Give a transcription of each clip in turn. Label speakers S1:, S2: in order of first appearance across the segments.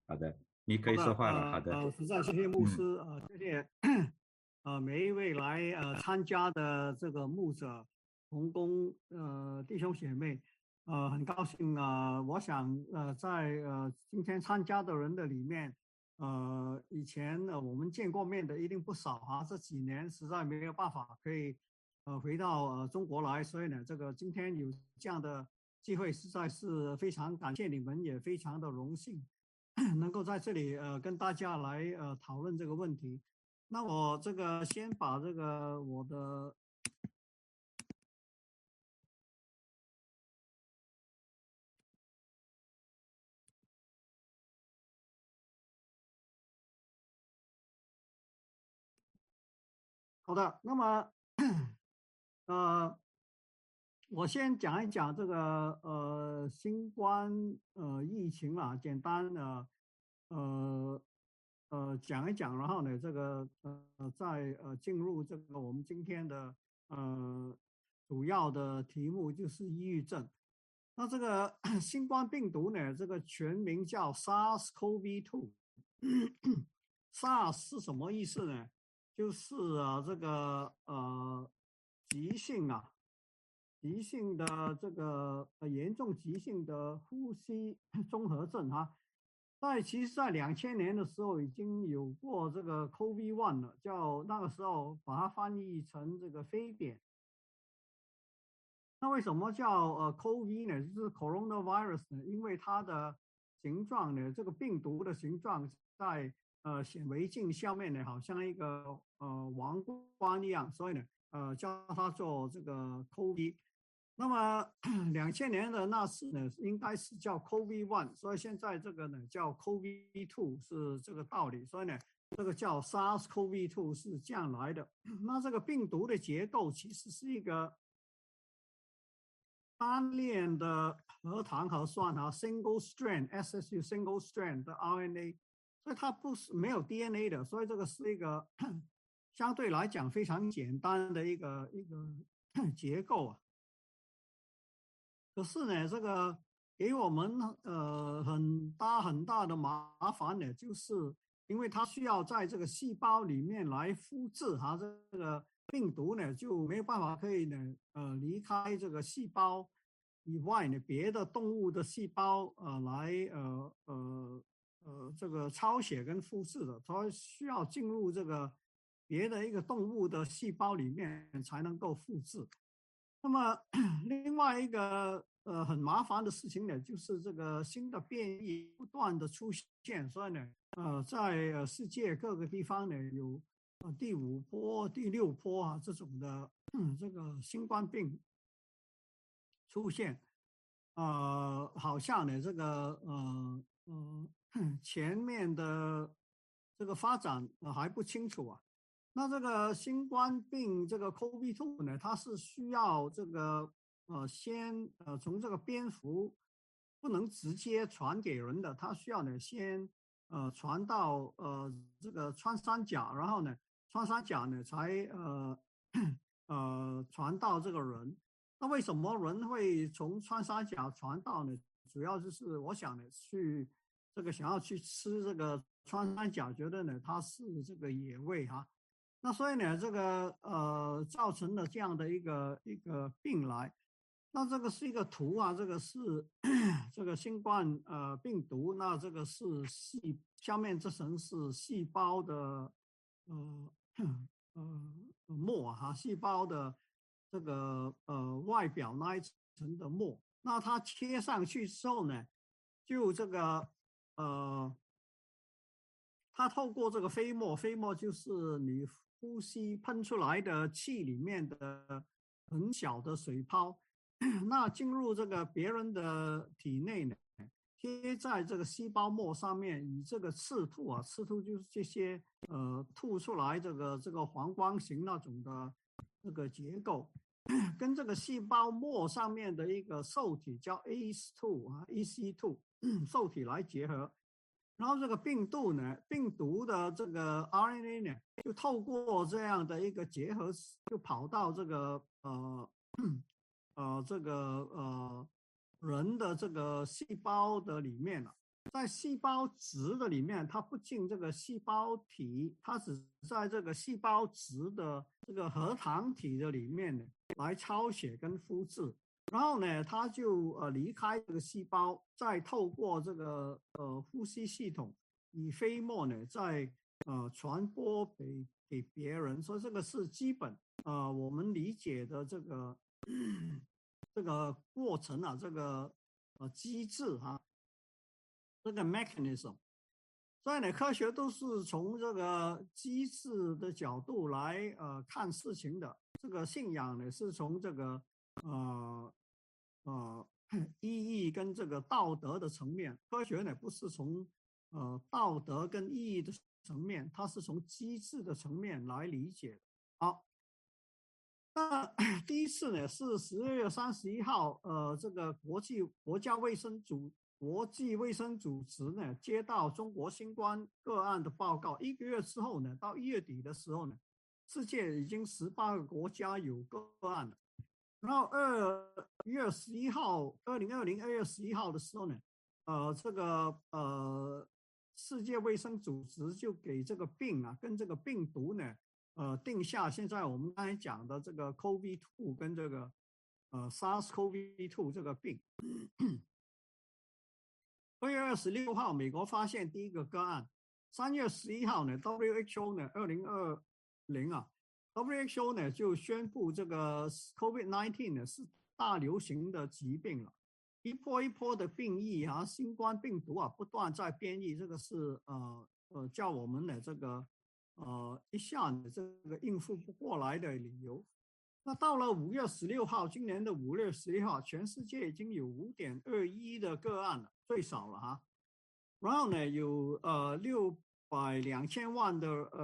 S1: 好的，你可
S2: 好的，
S1: 以说话了。好的。
S2: 实在谢谢牧
S1: 嗯。
S2: 师，谢谢每一位来参加的这个牧者同工弟兄姐妹，很高兴我想在今天参加的人的里面，以前我们见过面的一定不少啊，这几年实在没有办法可以回到中国来，所以呢，这个今天有这样的机会，实在是非常感谢你们，也非常的荣幸。能够在这里跟大家来讨论这个问题。那我这个先把这个我的好的，那么呃，我先讲一讲这个新冠疫情啊，简单的讲一讲，然后呢再进入这个我们今天的呃主要的题目就是抑郁症。那这个新冠病毒呢，这个全名叫 SARS-CoV-2。SARS 是什么意思呢？就是这个急性啊，急性的这个严重急性的呼吸综合症哈。其实，在2000年的时候已经有过这个 COVID-1 了，叫那个时候把它翻译成这个非典。那为什么叫COVID 呢？就是 coronavirus 呢？因为它的形状呢，这个病毒的形状在显微镜下面呢，好像一个王冠一样，所以呢叫它做这个 COVID。那么2000年的那次呢，应该是叫 COVID-1，所以现在这个呢叫 COVID-2 是这个道理，所以呢这个叫 SARS-CoV-2 是这样来的。那这个病毒的结构其实是一个单链的核糖核酸single strand SSU single strand 的 RNA，所以它不是没有 DNA 的，所以这个是一个相对来讲非常简单的一个结构啊。可是呢，这个给我们很大的麻烦呢，就是因为它需要在这个细胞里面来复制这个病毒呢就没有办法可以呢离开这个细胞以外呢，别的动物的细胞来这个抄写跟复制的，它需要进入这个别的一个动物的细胞里面才能够复制。那么另外一个很麻烦的事情呢，就是这个新的变异不断的出现，所以呢在世界各个地方呢有第5波、第6波这种的这个新冠病出现，好像呢这个前面的这个发展还不清楚啊。那这个新冠病这个 COVID-2 呢，它是需要这个先从这个蝙蝠不能直接传给人的，它需要呢先传到这个穿山甲，然后呢穿山甲呢才传到这个人。那为什么人会从穿山甲传到呢？主要就是我想呢想要去吃这个穿山甲，觉得呢它是这个野味哈。那所以呢，这个造成了这样的一个病来。那这个是一个图啊，这个是这个新冠病毒，那这个是下面这层是细胞的呃膜细胞的这个外表那一层的膜。那它贴上去之后呢，就这个它透过这个飞沫，飞沫就是你呼吸喷出来的气里面的很小的水泡，那进入这个别人的体内呢，贴在这个细胞膜上面，以这个刺突刺突就是这些吐出来这个黄光型那种的这个结构，跟这个细胞膜上面的一个受体叫 ACE2 EC2 受体来结合。然后这个病毒的这个 RNA 呢，就透过这样的一个结合，就跑到这个这个人的这个细胞的里面了。 在细胞质的里面，它不进这个细胞体，它只在这个细胞质的这个核糖体的里面呢来抄写跟复制，然后呢，它就离开这个细胞，再透过这个呼吸系统以飞沫呢再传播给别人，所以这个是基本我们理解的这个这个过程啊，这个机制哈。这个 mechanism，所以呢，科学都是从这个机制的角度来看事情的。这个信仰呢，是从这个呃呃意义跟这个道德的层面。科学呢，不是从道德跟意义的层面，它是从机制的层面来理解的。好，那第一次呢是12月31号，这个国际卫生组织呢接到中国新冠个案的报告，一个月之后呢，到1月底的时候呢，世界已经18个国家有个案了。然后2020年2月11号的时候呢，这个世界卫生组织就给这个病啊跟这个病毒呢，定下现在我们刚才讲的这个 COVID-2 跟这个SARS-CoV-2 这个病。2月26号，美国发现第一个个案。3月11号呢 ，WHO 呢，WHO 呢就宣布这个 COVID-19 呢是大流行的疾病了，一波一波的变异啊，新冠病毒啊不断在变异，这个是叫我们的这个一下子这个应付不过来的理由。那到了5月16号，今年的5月16号，全世界已经有5.21的个案了，最少了哈。然后呢，有620万的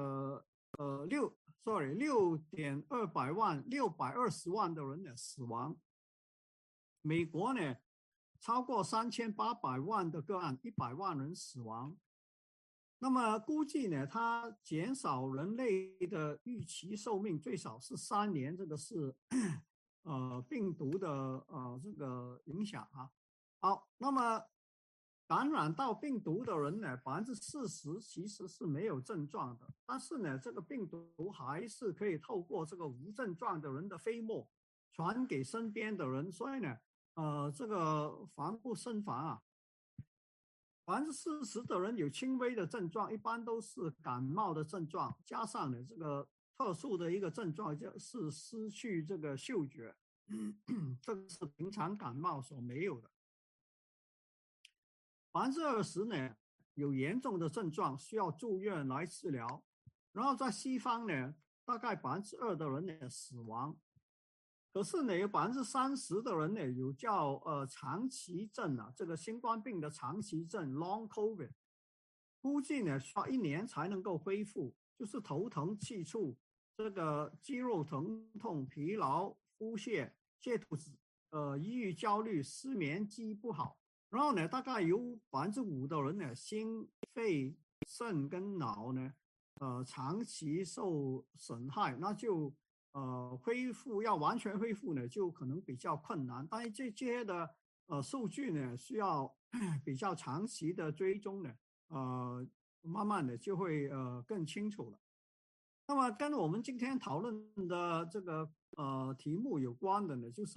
S2: 620万的人呢死亡。美国呢超过3800万的个案，100万人死亡。那么估计呢，它减少人类的预期寿命最少是3年，这个是病毒的这个影响啊。好，那么感染到病毒的人呢，40%其实是没有症状的，但是呢，这个病毒还是可以透过这个无症状的人的飞沫传给身边的人，所以呢，这个防不胜防啊。40%的人有轻微的症状，一般都是感冒的症状，加上呢这个特殊的一个症状就是失去这个嗅觉，这个是平常感冒所没有的。20%呢有严重的症状，需要住院来治疗。然后在西方呢，大概2%的人呢死亡。可是呢，有30%的人呢有叫长期症啊，这个新冠病的长期症 （Long COVID），估计呢需要1年才能够恢复，就是头疼、气促、这个肌肉疼痛、疲劳、腹泻、泻肚子、抑郁、焦虑、失眠、记忆不好。然后呢，大概有5%的人呢，心、肺、肾跟脑呢，长期受损害，那就恢复要完全恢复呢，就可能比较困难。但是这些的数据呢，需要比较长期的追踪呢，慢慢的就会更清楚了。那么跟我们今天讨论的这个题目有关的呢，就是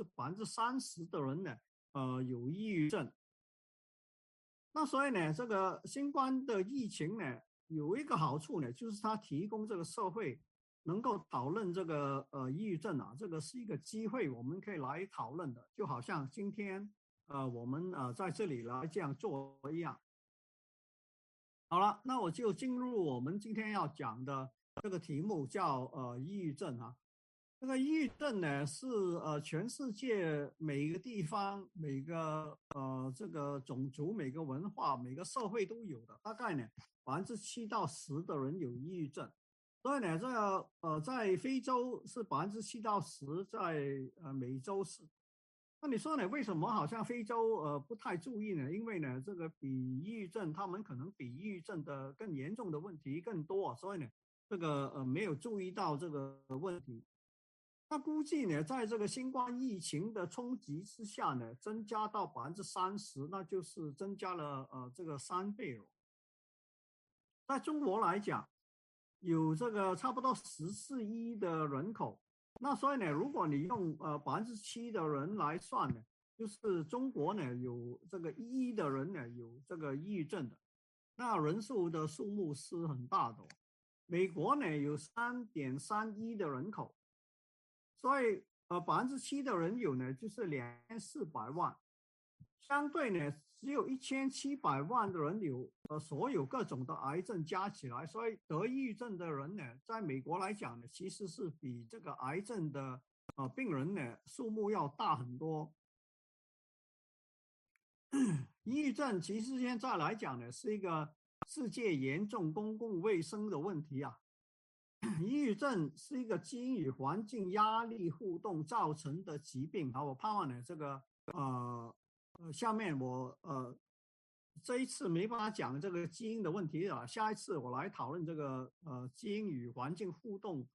S2: 30%的人呢，有抑郁症。那所以呢，这个新冠的疫情呢，有一个好处呢，就是它提供这个社会能够讨论这个抑郁症啊，这个是一个机会，我们可以来讨论的，就好像今天我们在这里来这样做一样。好了，那我就进入我们今天要讲的这个题目，叫抑郁症啊。这个抑郁症呢是全世界每个地方、每个这个种族、每个文化、每个社会都有的，大概呢7%到10%的人有抑郁症。所以呢，这个在非洲是7%到10%，在美洲是。那你说呢？为什么好像非洲不太注意呢？因为呢，这个比抑郁症，他们可能比抑郁症的更严重的问题更多，所以呢，这个没有注意到这个问题。 那估计呢，在这个新冠疫情的冲击之下呢，增加到30%，那就是增加了这个3倍了。在中国来讲，有这个差不多14亿的人口，那所以呢，如果你用7%的人来算呢，就是中国呢有这个1亿的人呢有这个抑郁症的，那人数的数目是很大的哦。美国呢有3.3亿的人口，所以7%的人有呢就是2400万，相对呢只有1700万的人有所有各种的癌症加起来，所以得抑郁症的人呢，在美国来讲呢，其实是比这个癌症的病人呢数目要大很多。抑郁症其实现在来讲呢，是一个世界严重公共卫生的问题啊。抑郁症是一个基因与环境压力互动造成的疾病啊。我盼望呢，这个下面我这一次没办法讲这个基因的问题了，下一次我来讨论这个基因与环境互动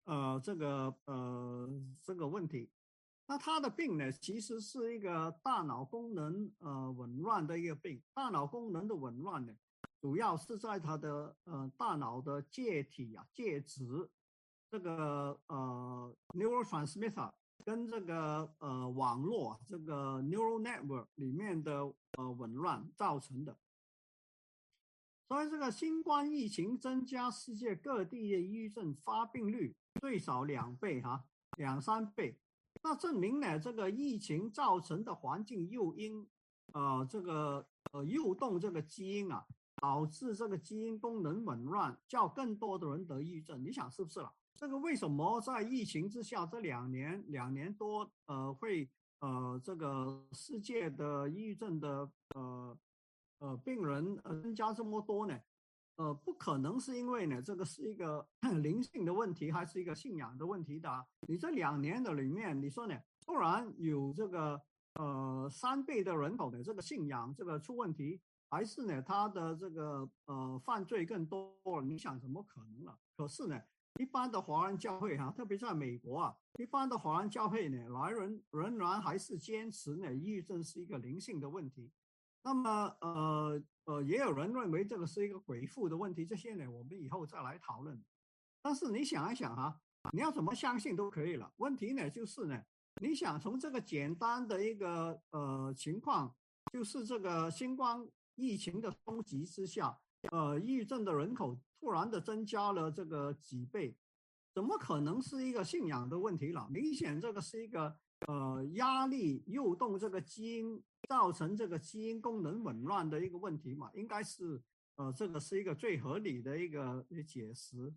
S2: 这个问题。那他的病呢，其实是一个大脑功能紊乱的一个病。大脑功能的紊乱呢，主要是在他的大脑的介体啊介质这个neurotransmitter 跟这个网络这个 neural network 里面的紊乱造成的。所以这个新冠疫情增加世界各地的抑郁症发病率最少2倍2-3倍。那证明呢，这个疫情造成的环境诱因，这个诱动这个基因啊，导致这个基因功能紊乱，叫更多的人得抑郁症。你想是不是了？这个为什么在疫情之下这2年多，会这个世界的抑郁症的病人增加这么多呢？不可能是因为呢，这个是一个灵性的问题，还是一个信仰的问题的啊。你这2年的里面，你说呢？突然有这个3倍的人口的这个信仰这个出问题，还是呢他的这个犯罪更多了？你想怎么可能了？可是呢，一般的华人教会特别在美国啊，一般的华人教会呢，仍然还是坚持呢，抑郁症是一个灵性的问题。那么也有人认为这个是一个鬼附的问题，这些呢我们以后再来讨论。但是你想一想你要怎么相信都可以了。问题呢就是呢，你想从这个简单的一个情况，就是这个新冠疫情的冲击之下，抑郁症的人口突然的增加了这个几倍，怎么可能是一个信仰的问题了？明显这个是一个压力诱动这个基因，造成这个基因功能紊乱的一个问题嘛，应该是这个是一个最合理的一个解释。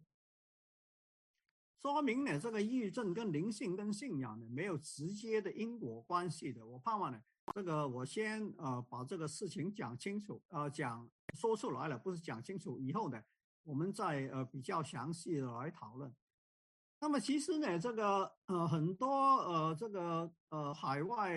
S2: 说明呢，这个抑郁症跟灵性跟信仰呢没有直接的因果关系的。我盼望呢，这个我先把这个事情讲清楚，说出来了，不是讲清楚，以后呢我们再比较详细的来讨论。那么其实呢，这个很多这个海外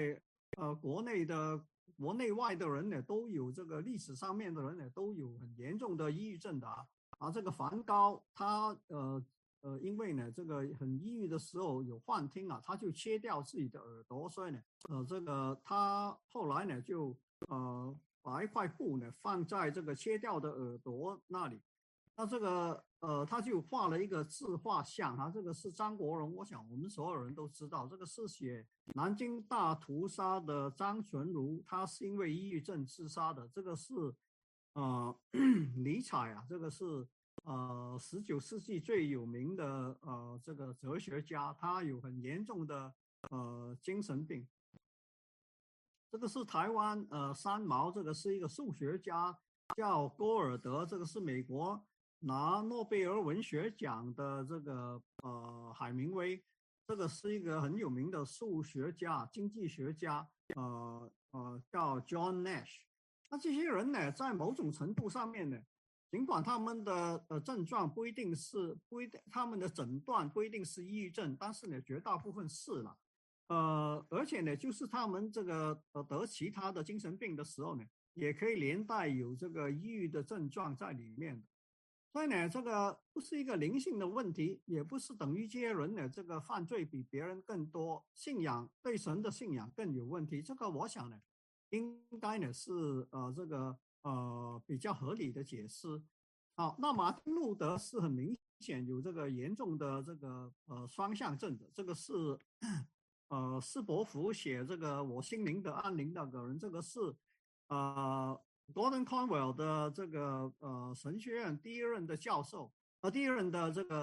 S2: 国内外的人呢都有这个历史上面的人呢都有很严重的抑郁症的这个梵高他因为呢这个很抑郁的时候有幻听他就切掉自己的耳朵，所以呢这个他后来呢就把一块布呢放在这个切掉的耳朵那里。那这个他就画了一个自画像这个是张国荣，我想我们所有人都知道，这个是写南京大屠杀的张纯如，他是因为抑郁症自杀的。这个是尼采这个是19世纪最有名的这个哲学家，他有很严重的精神病。这个是台湾三毛，这个是一个数学家叫郭尔德，这个是美国拿诺贝尔文学奖的这个海明威，这个是一个很有名的数学家、经济学家，叫 John Nash。那这些人呢，在某种程度上面呢，尽管他们的症状不一定，他们的诊断不一定是抑郁症，但是呢，绝大部分是了。而且呢，就是他们这个得其他的精神病的时候呢，也可以连带有这个抑郁的症状在里面的。 所以呢，这个不是一个灵性的问题，也不是等于这些人呢这个犯罪比别人更多，信仰对神的信仰更有问题。这个我想呢，应该呢是这个比较合理的解释。好，那马丁路德是很明显有这个严重的这个双向症的，这个是斯伯福写这个我心灵的安宁那个人，这个是呃 Gordon Conwell 的这个神学院第一任的教授，第一任的这个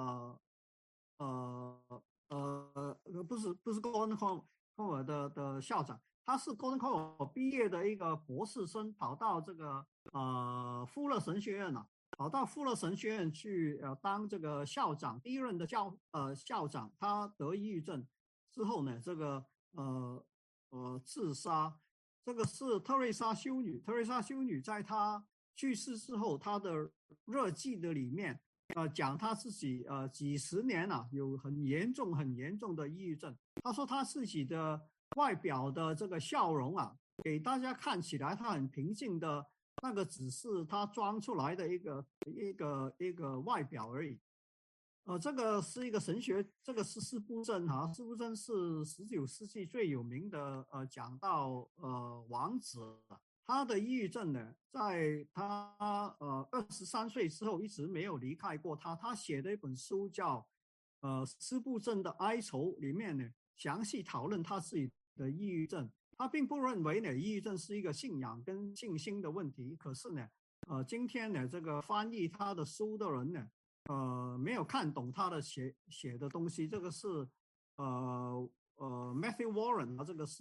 S2: 不是 Gordon Conwell 的校长，他是 Gordon Conwell 毕业的一个博士生，跑到这个富勒神学院了、跑到富勒神学院去当这个校长，第一任的校长，他得抑郁症之后呢，这个自杀。这个是特蕾莎修女，特蕾莎修女在她去世之后，她的日记的里面，讲她自己几十年了、有很严重的抑郁症。她说她自己的外表的这个笑容啊，给大家看起来她很平静的，那个只是她装出来的一个外表而已。这个是一个神学，这个是四部真哈，四部真是19世纪最有名的讲道王子，他的抑郁症呢，在他23岁之后一直没有离开过他。他写的一本书叫四部真的哀愁，里面呢详细讨论他自己的抑郁症。他并不认为呢抑郁症是一个信仰跟信心的问题，可是呢今天呢这个翻译他的书的人呢。没有看懂他的写的东西，这个是Matthew Warren 这个是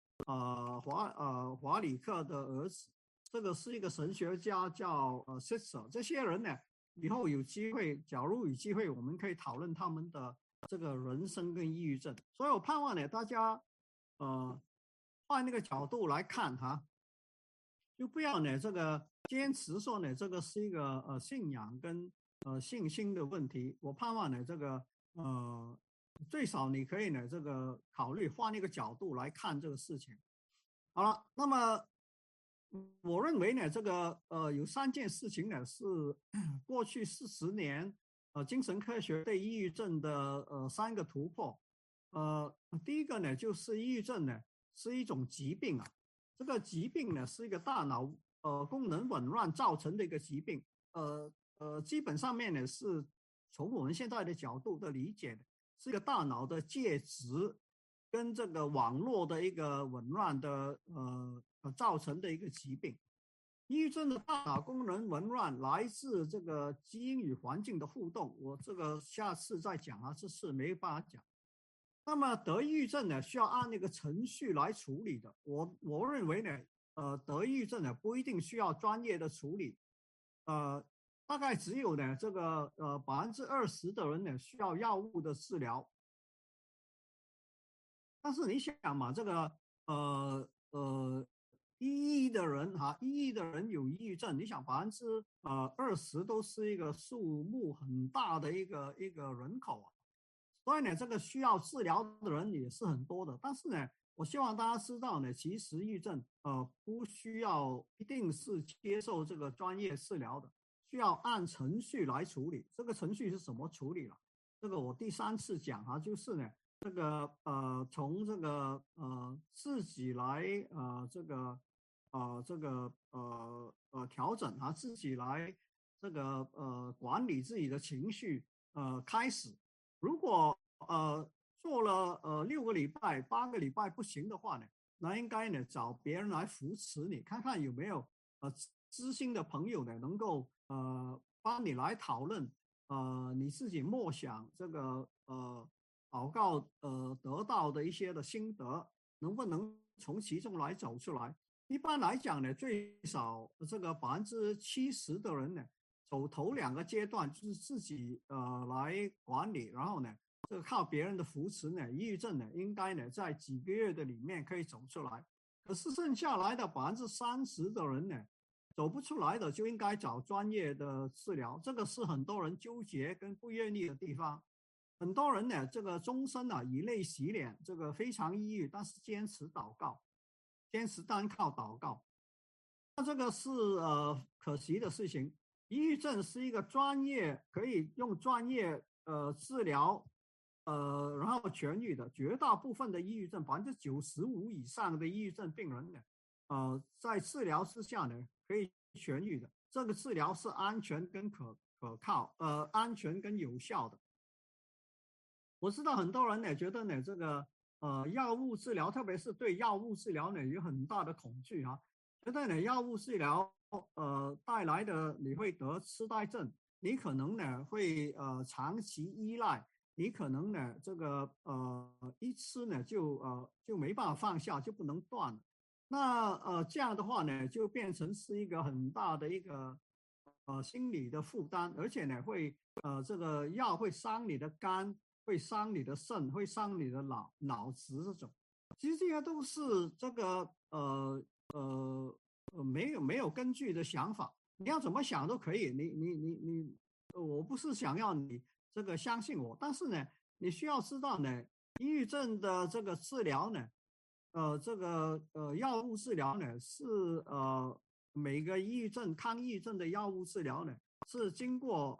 S2: 华里克的儿子，这个是一个神学家叫Sisser。这些人呢，以后有机会，假如有机会，我们可以讨论他们的这个人生跟抑郁症。所以我盼望呢，大家换那个角度来看哈，就不要呢这个坚持说呢这个是一个信仰跟信心的问题。我盼望呢这个最少你可以呢这个考虑换一个角度来看这个事情。好了，那么我认为呢这个有3件事情呢是过去40年精神科学对抑郁症的3个突破。第一个呢就是抑郁症呢是一种疾病啊。这个疾病呢是一个大脑功能紊乱造成的一个疾病。基本上面呢是从我们现在的角度的理解，是一个大脑的介质跟这个网络的一个紊乱的造成的一个疾病。抑郁症的大脑功能紊乱来自这个基因与环境的互动，我这个下次再讲啊，这次没办法讲。那么得抑郁症呢，需要按那个程序来处理的。我认为呢，得抑郁症呢不一定需要专业的处理，大概只有呢这个20%的人呢需要药物的治疗。但是你想嘛，这个1亿的人哈，1亿的人有抑郁症，你想20%都是一个数目很大的一个人口啊。所以呢，这个需要治疗的人也是很多的。但是呢，我希望大家知道呢，其实抑郁症不需要一定是接受这个专业治疗的，需要按程序来处理。这个程序是怎么处理了？这个我第3次讲啊，就是呢，这个从这个自己来调整啊，自己来这个管理自己的情绪开始。如果做了6个礼拜、8个礼拜不行的话呢，那应该呢找别人来扶持你，看看有没有知心的朋友呢能够帮你来讨论你自己默想这个祷告得到的一些的心得，能不能从其中来走出来？一般来讲呢，最少这个70%的人呢。走头2个阶段就是自己来管理，然后呢，这个靠别人的扶持呢，抑郁症呢应该呢在几个月的里面可以走出来。可是剩下来的30%的人呢，走不出来的就应该找专业的治疗。这个是很多人纠结跟不愿意的地方。很多人呢，这个终身以泪洗脸，这个非常抑郁，但是坚持祷告，坚持单靠祷告。那这个是可惜的事情。 抑郁症是一个专业可以用专业治疗然后痊愈的。绝大部分的抑郁症95%以上的抑郁症病人呢，在治疗之下呢可以痊愈的。这个治疗是安全跟可靠，安全跟有效的。我知道很多人呢觉得呢这个药物治疗，特别是对药物治疗呢有很大的恐惧啊，觉得呢药物治疗带来的你会得痴呆症，你可能呢会长期依赖，你可能呢这个一吃呢就没办法放下，就不能断了。那这样的话呢，就变成是一个很大的一个心理的负担，而且呢会这个药会伤你的肝，会伤你的肾，会伤你的脑子这种。其实这些都是这个没有根据的想法，你要怎么想都可以。我不是想要你这个相信我，但是呢，你需要知道呢，抑郁症的这个治疗呢，这个药物治疗呢是每个抗抑郁症的药物治疗呢是经过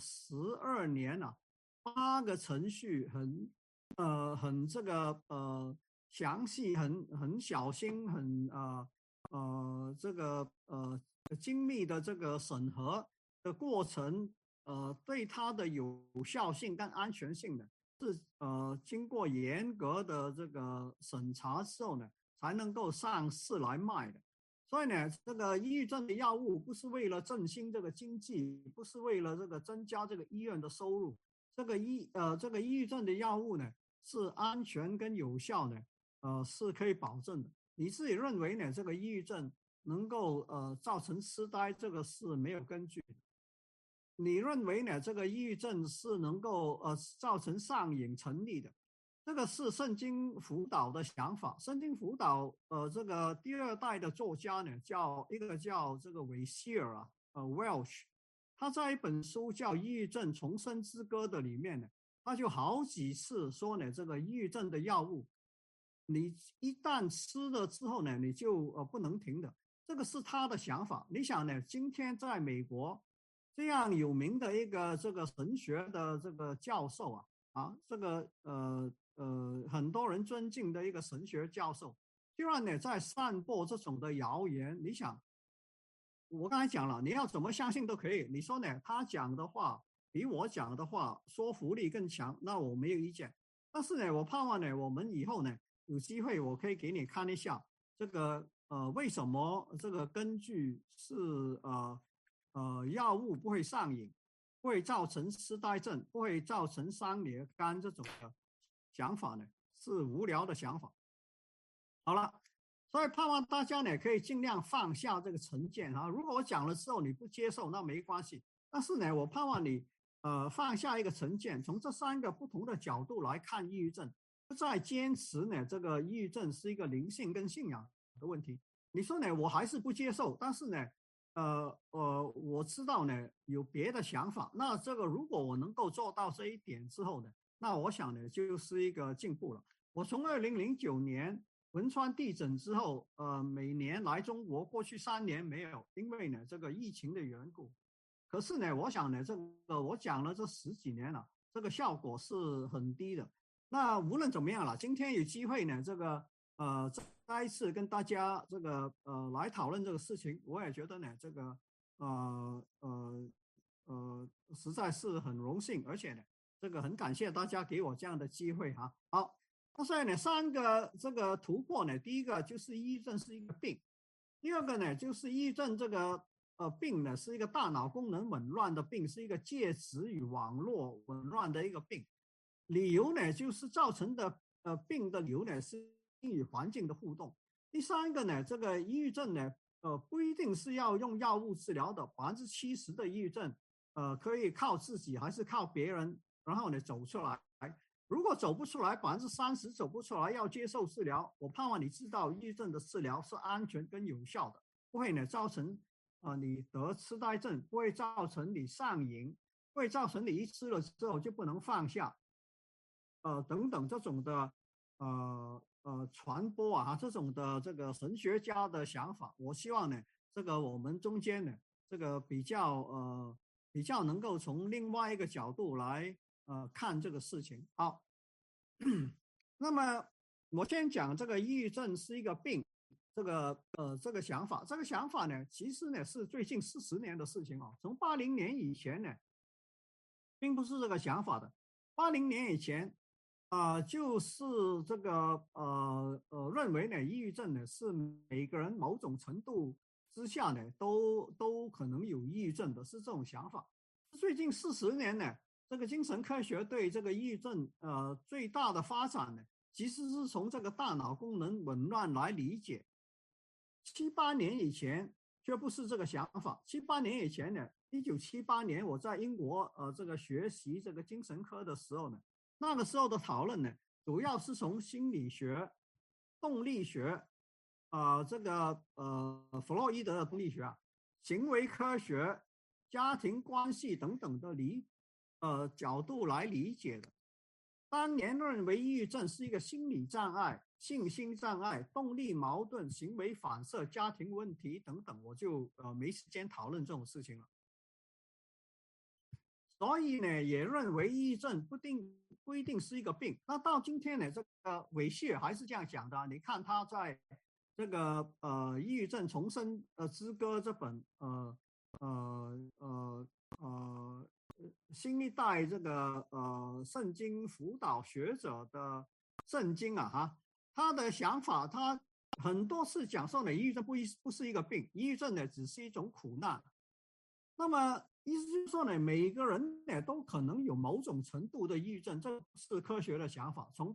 S2: 12年啊，8个程序很这个详细，很小心，这个精密的这个审核的过程，对它的有效性跟安全性呢，是经过严格的这个审查之后呢，才能够上市来卖的。所以呢，这个抑郁症的药物不是为了振兴这个经济，不是为了这个增加这个医院的收入。这个抑郁症的药物呢，是安全跟有效呢，是可以保证的。你自己认为呢，这个抑郁症能够造成痴呆，这个是没有根据的。你认为呢？这个抑郁症是能够造成上瘾成立的，这个是圣经辅导的想法。圣经辅导这个第2代的作家呢，叫这个韦希尔啊，Welsh， 他在一本书叫《抑郁症重生之歌》的里面呢，他就好几次说呢，这个抑郁症的药物，你一旦吃了之后呢，你就不能停的。这个是他的想法。你想呢，今天在美国这样有名的一个这个神学的这个教授这个很多人尊敬的一个神学教授，居然呢在散播这种的谣言。你想，我刚才讲了，你要怎么相信都可以。你说呢，他讲的话比我讲的话说服力更强，那我没有意见。但是呢，我盼望呢，我们以后呢有机会，我可以给你看一下这个为什么这个根据是药物不会上瘾，不会造成痴呆症，不会造成伤你的肝这种的想法呢，是无聊的想法。好了，所以盼望大家呢可以尽量放下这个成见啊。如果我讲了之后你不接受，那没关系。但是呢，我盼望你放下一个成见，从这3个不同的角度来看抑郁症，不再坚持呢这个抑郁症是一个灵性跟信仰的问题。你说呢，我还是不接受，但是呢我知道呢有别的想法。那这个如果我能够做到这一点之后呢，那我想呢就是一个进步了。我从2009年汶川地震之后，每年来中国，过去3年没有，因为呢这个疫情的缘故。可是呢，我想呢，这个我讲了这10几年了，这个效果是很低的。那无论怎么样了，今天有机会呢，这个再一次跟大家这个来讨论这个事情，我也觉得呢，这个实在是很荣幸，而且呢，这个很感谢大家给我这样的机会哈。好。所以呢，3个这个突破呢，第一个就是抑郁症是一个病，第二个呢就是抑郁症这个病呢是一个大脑功能紊乱的病，是一个介质与网络紊乱的一个病。理由呢就是造成的病的理由呢是与环境的互动。第3个呢，这个抑郁症呢不一定是要用药物治疗的，70%的抑郁症可以靠自己还是靠别人，然后呢走出来。如果走不出来，30%走不出来，要接受治疗。我盼望你知道，抑郁症的治疗是安全跟有效的，不会呢造成你得痴呆症，不会造成你上瘾，不会造成你一吃了之后就不能放下，等等这种的传播这种的这个神学家的想法。我希望呢，这个我们中间呢， 这个比较能够从另外一个角度来看这个事情。好，那么我先讲这个抑郁症是一个病，这个想法，呢，其实呢是最近40年的事情哦。从80年以前呢，并不是这个想法的。80年以前，就是这个认为呢，抑郁症呢是每个人某种程度之下呢都可能有抑郁症的，是这种想法。最近40年呢，这个精神科学对这个抑郁症最大的发展呢，其实是从这个大脑功能紊乱来理解。7、8年以前却不是这个想法。7、8年以前呢，1978年我在英国这个学习这个精神科的时候呢，那个时候的讨论呢，主要是从心理学、动力学，弗洛伊德的动力学行为科学、家庭关系等等的角度来理解的。当年认为抑郁症是一个心理障碍、信心障碍、动力矛盾、行为反射、家庭问题等等，我就没时间讨论这种事情了。所以呢，也认为抑郁症不一定是一个病。那到今天呢，这个韦希尔还是这样讲的。你看他在这个《抑郁症重生之歌》这本新一代这个圣经辅导学者的圣经啊哈，他的想法，他很多次讲说呢，抑郁症不是一个病，抑郁症呢只是一种苦难。那么意思就是说呢，每个人呢都可能有某种程度的抑郁症，这是科学的想法。从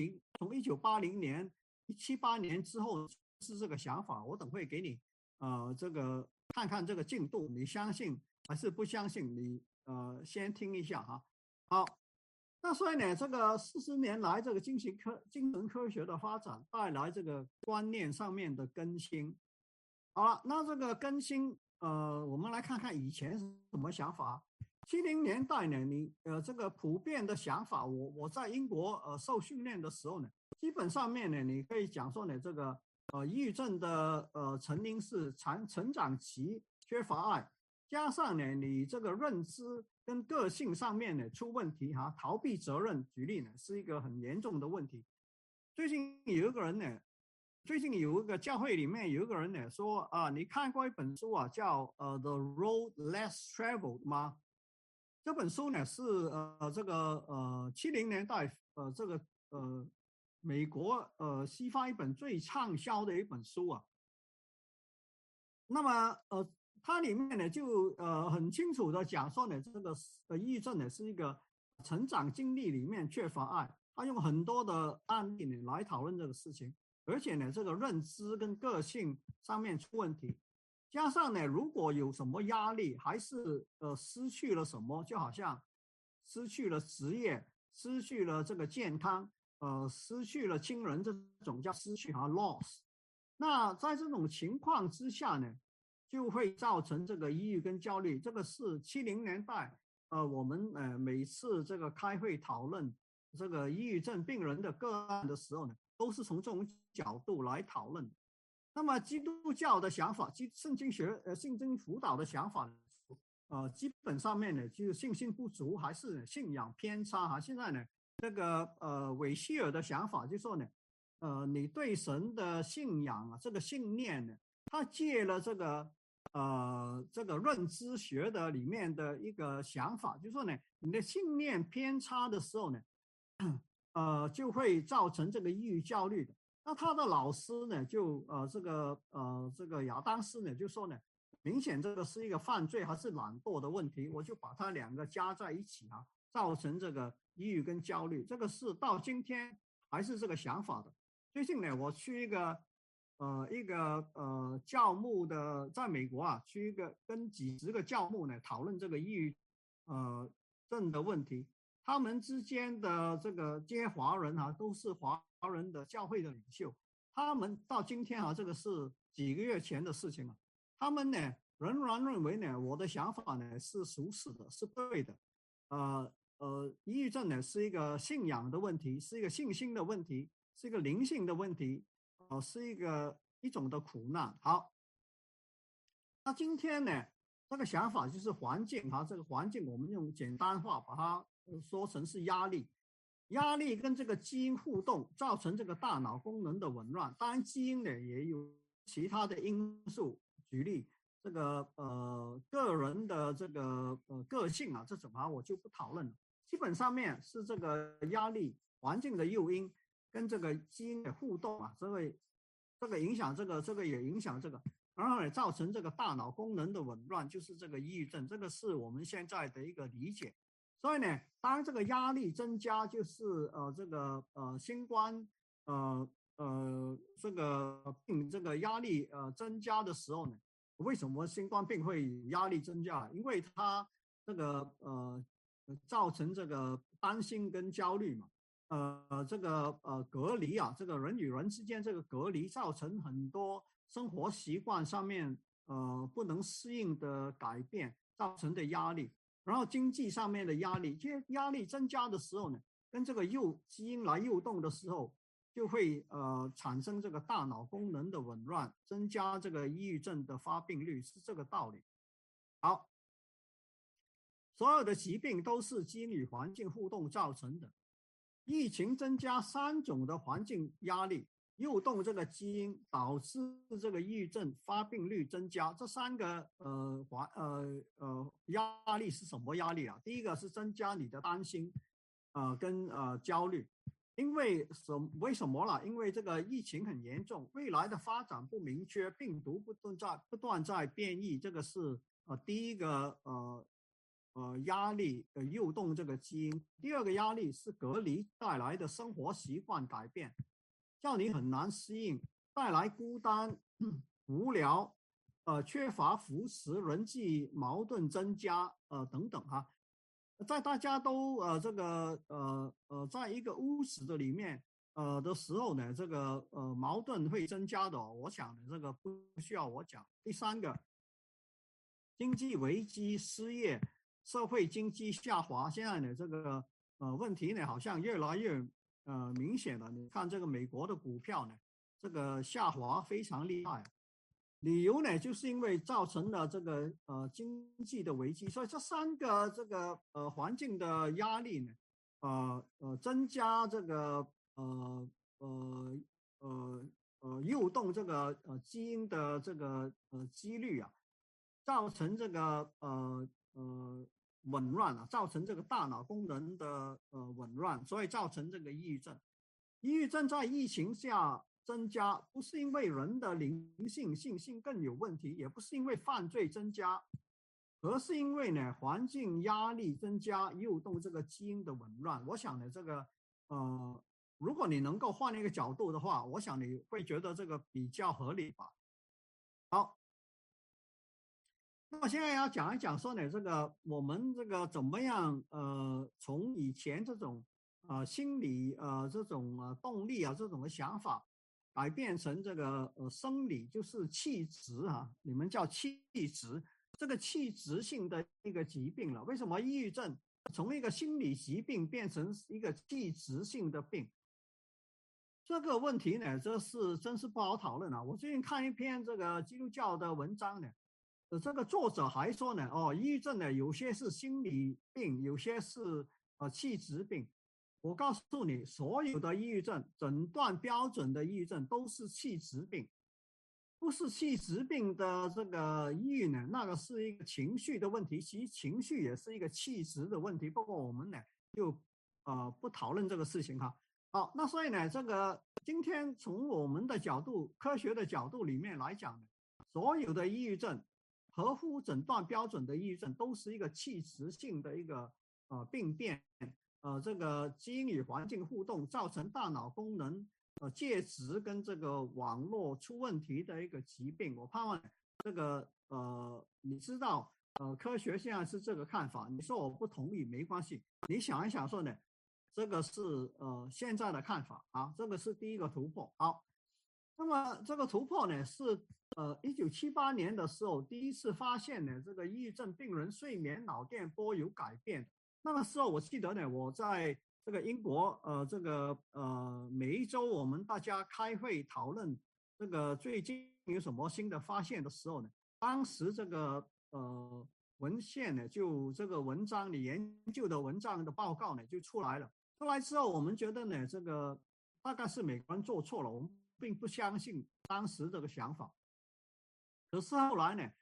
S2: 1980年、7、8年之后是这个想法，我等会给你这个看看这个进度，你相信还是不相信？你先听一下哈。好，那所以呢，这个40年来，这个精神科学的发展带来这个观念上面的更新。好了，那这个更新，我们来看看以前是什么想法。70年代呢，这个普遍的想法，我在英国受训练的时候呢，基本上面呢，你可以讲说呢，这个抑郁症的成因是成长期缺乏爱，加上呢你这个认知跟个性上面呢出问题哈，逃避责任，举例呢是一个很严重的问题。最近有一个人呢。最近有一个教会里面有一个人呢说啊，你看过一本书啊，叫《The Road Less Traveled》吗？这本书呢是这个70年代这个美国西方一本最畅销的一本书啊。那么它里面呢就很清楚的讲说呢，这个抑郁症呢是一个成长经历里面缺乏爱，他用很多的案例呢来讨论这个事情。而且呢，这个认知跟个性上面出问题，加上呢，如果有什么压力，还是失去了什么，就好像失去了职业，失去了这个健康，失去了亲人，这种叫失去loss。那在这种情况之下呢，就会造成这个抑郁跟焦虑。这个是70年代我们每次这个开会讨论这个抑郁症病人的个案的时候呢，都是从这种角度来讨论。那么基督教的想法，圣经辅导的想法，基本上面呢，就是信心不足，还是信仰偏差哈。现在呢，这个韦希尔的想法就是说呢，你对神的信仰啊，这个信念呢，他借了这个认知学的里面的一个想法，就是说呢，你的信念偏差的时候呢，就会造成这个抑郁焦虑的。那他的老师呢，就这个亚当斯呢，就说呢，明显这个是一个犯罪还是懒惰的问题，我就把它两个加在一起啊，造成这个抑郁跟焦虑。这个是到今天还是这个想法的。最近呢，我去一个教牧的，在美国啊，去一个跟几十个教牧呢讨论这个抑郁症的问题。他们之间的这些华人啊，都是华人的教会的领袖。他们到今天啊，这个是几个月前的事情了。他们呢仍然认为呢，我的想法呢是属实的，是对的。抑郁症呢是一个信仰的问题，是一个信心的问题，是一个灵性的问题，是一种的苦难。好，那今天呢， 这个想法就是环境哈，这个环境我们用简单化把它说成是压力，压力跟这个基因互动造成这个大脑功能的紊乱。当然，基因呢也有其他的因素，举例这个个人的这个个性啊，这种啊我就不讨论了。基本上面是这个压力、环境的诱因跟这个基因的互动啊，这个影响这个也影响这个。然后也造成这个大脑功能的紊乱，就是这个抑郁症，这个是我们现在的一个理解。所以呢，当这个压力增加，就是这个新冠这个病这个压力增加的时候呢，为什么新冠病会压力增加？因为它这个造成这个担心跟焦虑嘛。这个隔离啊，这个人与人之间这个隔离，造成很多生活习惯上面不能适应的改变造成的压力，然后经济上面的压力，这些压力增加的时候呢，跟这个基因来诱动的时候，就会产生这个大脑功能的紊乱，增加这个抑郁症的发病率，是这个道理。好，所有的疾病都是基因与环境互动造成的。疫情增加3种的环境压力，诱动这个基因，导致这个抑郁症发病率增加。这3个压力是什么压力啊？第一个是增加你的担心，跟焦虑，因为为什么啦？因为这个疫情很严重，未来的发展不明确，病毒不断在变异，这个是第一个压力诱动这个基因。第二个压力是隔离带来的生活习惯改变，叫你很难适应，带来孤单、无聊、缺乏扶持、人际矛盾增加等等哈。在大家都在一个屋子的里面的时候呢，这个矛盾会增加的哦。我想这个不需要我讲。第3个，经济危机、失业。社会经济下滑，现在呢这个问题呢好像越来越明显了。你看这个美国的股票呢，这个下滑非常厉害，理由呢就是因为造成了这个经济的危机。所以这3个这个环境的压力呢，增加这个诱动这个基因的这个几率啊，造成这个紊乱啊，造成这个大脑功能的紊乱，所以造成这个抑郁症。抑郁症在疫情下增加，不是因为人的灵性性更有问题，也不是因为犯罪增加，而是因为呢环境压力增加，诱动这个基因的紊乱。我想呢这个如果你能够换一个角度的话，我想你会觉得这个比较合理吧。好。那么现在要讲一讲说呢，这个我们这个怎么样从以前这种心理这种动力啊这种的想法，改变成这个生理，就是气质啊，你们叫气质，这个气质性的一个疾病了。为什么抑郁症从一个心理疾病变成一个气质性的病？这个问题呢，真是不好讨论啊。我最近看一篇这个基督教的文章呢。这个作者还说呢，抑郁症呢，有些是心理病，有些是气质病。我告诉你，所有的抑郁症诊断标准的抑郁症都是气质病，不是气质病的这个抑郁呢，那个是一个情绪的问题，其实情绪也是一个气质的问题。不过我们呢就不讨论这个事情哈。好，那所以呢，这个今天从我们的角度，科学的角度里面来讲呢，所有的抑郁症。合乎诊断标准的抑郁症都是一个器质性的一个病变，这个基因与环境互动造成大脑功能介质跟这个网络出问题的一个疾病。我盼望这个你知道科学现在是这个看法，你说我不同意没关系，你想一想说呢，这个是现在的看法啊，这个是第一个突破。好，那么这个突破呢是1978年的时候第一次发现呢，这个抑郁症病人睡眠脑电波有改变。那个时候我记得呢，我在这个英国每一周我们大家开会讨论这个最近有什么新的发现的时候呢，当时这个文献呢，就这个文章的研究的文章的报告呢就出来了。出来之后，我们觉得呢，这个大概是美国人做错了，我们并不相信当时这个想法。可是后来呢，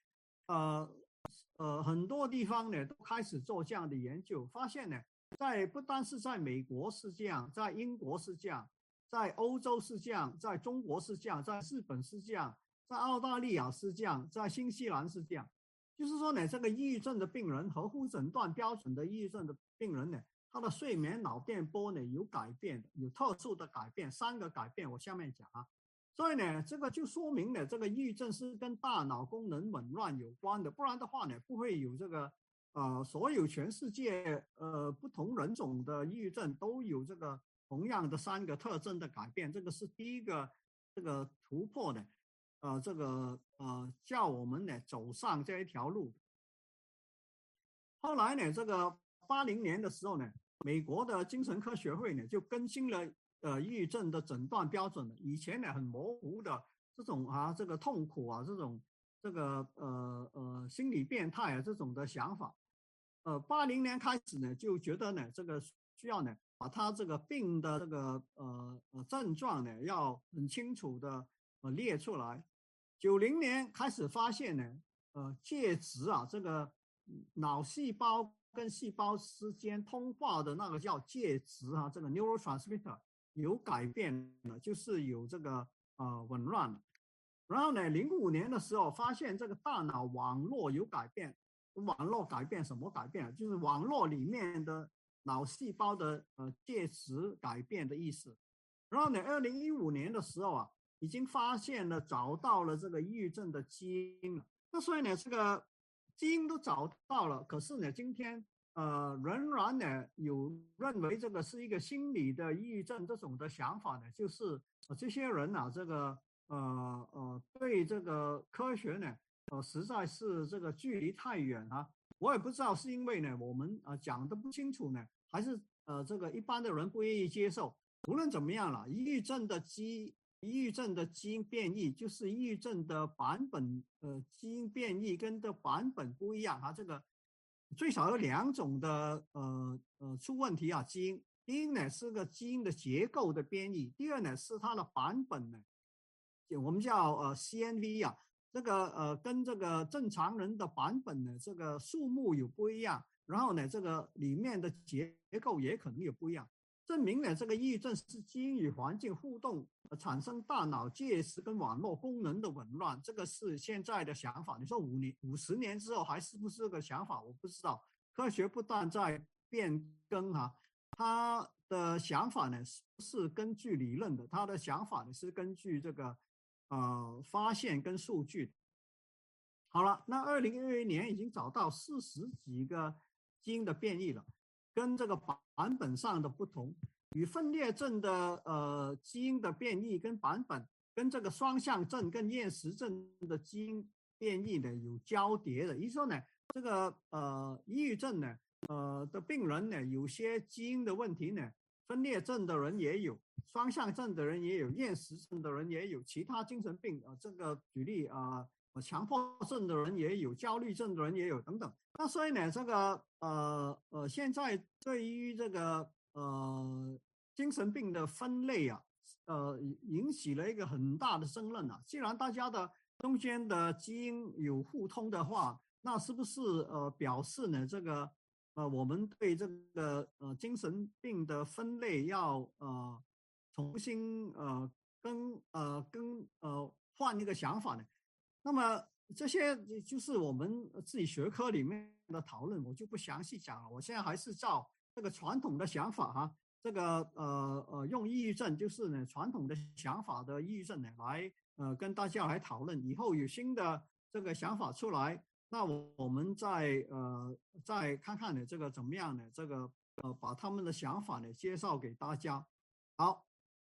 S2: 很多地方呢都开始做这样的研究，发现呢，不单是在美国是这样，在英国是这样，在欧洲是这样，在中国是这样，在日本是这样，在澳大利亚是这样，在新西兰是这样。就是说呢，这个抑郁症的病人，合乎诊断标准的抑郁症的病人呢，他的睡眠脑电波呢有改变的，有特殊的改变，3个改变，我下面讲啊。所以呢，这个就说明了这个抑郁症是跟大脑功能紊乱有关的，不然的话呢，不会有这个所有全世界不同人种的抑郁症都有这个同样的3个特征的改变，这个是第一个这个突破的，叫我们呢走上这一条路。后来呢，这个80年的时候呢，美国的精神科学会呢就更新了抑郁症的诊断标准了。以前呢很模糊的这种这个痛苦啊，这个心理变态啊这种的想法，80年开始呢就觉得呢这个需要呢把他这个病的这个症状呢要很清楚的列出来。90年开始发现呢介质啊，这个脑细胞跟细胞之间通话的那个叫介质啊，这个 neurotransmitter 有改变了，就是有这个紊乱了。然后呢，05年的时候发现这个大脑网络有改变，网络改变什么改变？就是网络里面的脑细胞的介质改变的意思。然后呢，2015年的时候啊，已经发现了找到了这个抑郁症的基因了。那所以呢，这个基因都找到了，可是呢，今天仍然呢有认为这个是一个心理的抑郁症这种的想法呢，就是这些人啊，这个对这个科学呢实在是这个距离太远啊。我也不知道是因为呢我们讲得不清楚呢，还是这个一般的人不愿意接受。无论怎么样了，抑郁症的基因变异就是抑郁症的版本，基因变异跟的版本不一样啊。这个最少有2种的出问题啊，基因。第一呢是个基因的结构的变异，第二呢是它的版本呢，我们叫CNV 啊，这个跟这个正常人的版本呢这个数目有不一样，然后呢这个里面的结构也可能有不一样。证明呢，这个抑郁症是基因与环境互动产生大脑介质跟网络功能的紊乱，这个是现在的想法。你说50年之后还是不是这个想法？我不知道。科学不断在变更啊，他的想法呢是根据理论的，他的想法呢是根据这个发现跟数据。好了，那2011年已经找到40几个基因的变异了。跟这个版本上的不同，与分裂症的基因的变异跟版本，跟这个双向症跟厌食症的基因变异呢有交叠的。也就是说呢，这个抑郁症呢的病人呢，有些基因的问题呢，分裂症的人也有，双向症的人也有，厌食症的人也有，其他精神病这个举例强迫症的人也有，焦虑症的人也有等等。那所以呢，这个现在对于这个精神病的分类啊，引起了一个很大的争论啊。既然大家的中间的基因有互通的话，那是不是表示呢这个我们对这个精神病的分类要重新换一个想法呢？那么这些就是我们自己学科里面的讨论，我就不详细讲了。我现在还是照这个传统的想法哈，这个用抑郁症就是呢传统的想法的抑郁症呢来跟大家来讨论。以后有新的这个想法出来，那我们再看看呢这个怎么样呢？这个把他们的想法呢介绍给大家。好。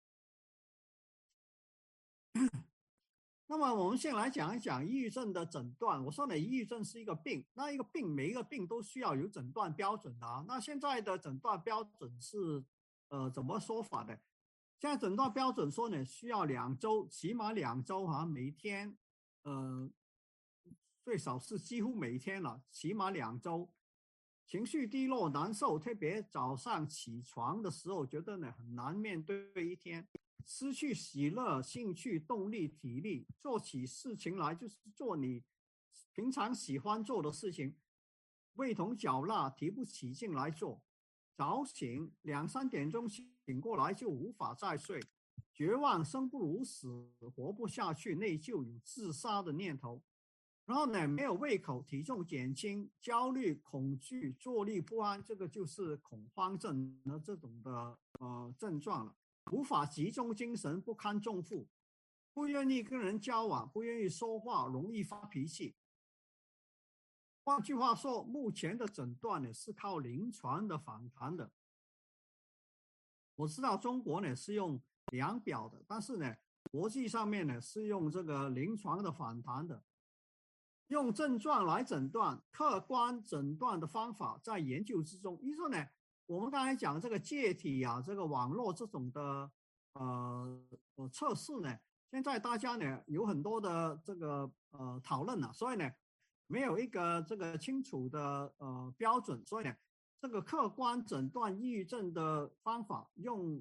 S2: 那么我们先来讲一讲抑郁症的诊断。我说呢，抑郁症是一个病，那一个病每一个病都需要有诊断标准的啊。那现在的诊断标准是怎么说法的？现在诊断标准说呢，需要2周，起码2周每天最少是几乎每天了，起码2周，情绪低落难受，特别早上起床的时候，觉得呢很难面对一天，失去喜乐、兴趣、动力、体力，做起事情来就是做你平常喜欢做的事情，味同嚼蜡，提不起劲来做。早醒2、3点钟醒过来就无法再睡，绝望，生不如死，活不下去，内疚，有自杀的念头。然后呢，没有胃口，体重减轻，焦虑、恐惧、坐立不安，这个就是恐慌症的这种的症状了。无法集中精神，不堪重负，不愿意跟人交往，不愿意说话，容易发脾气。换句话说，目前的诊断呢是靠临床的访谈的。我知道中国呢是用量表的，但是呢，国际上面呢是用这个临床的访谈的。用症状来诊断，客观诊断的方法在研究之中。于是呢，我们刚才讲这个介体啊，这个网络这种的测试呢，现在大家呢有很多的这个讨论了，所以呢，没有一个这个清楚的标准，所以呢，这个客观诊断抑郁症的方法用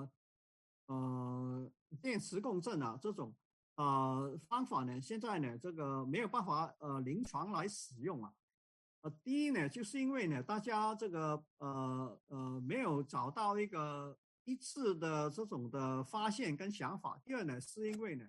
S2: 电磁共振啊这种方法呢，现在呢这个没有办法临床来使用啊。第一呢，就是因为呢大家这个没有找到一个一致的这种的发现跟想法。第二呢，是因为呢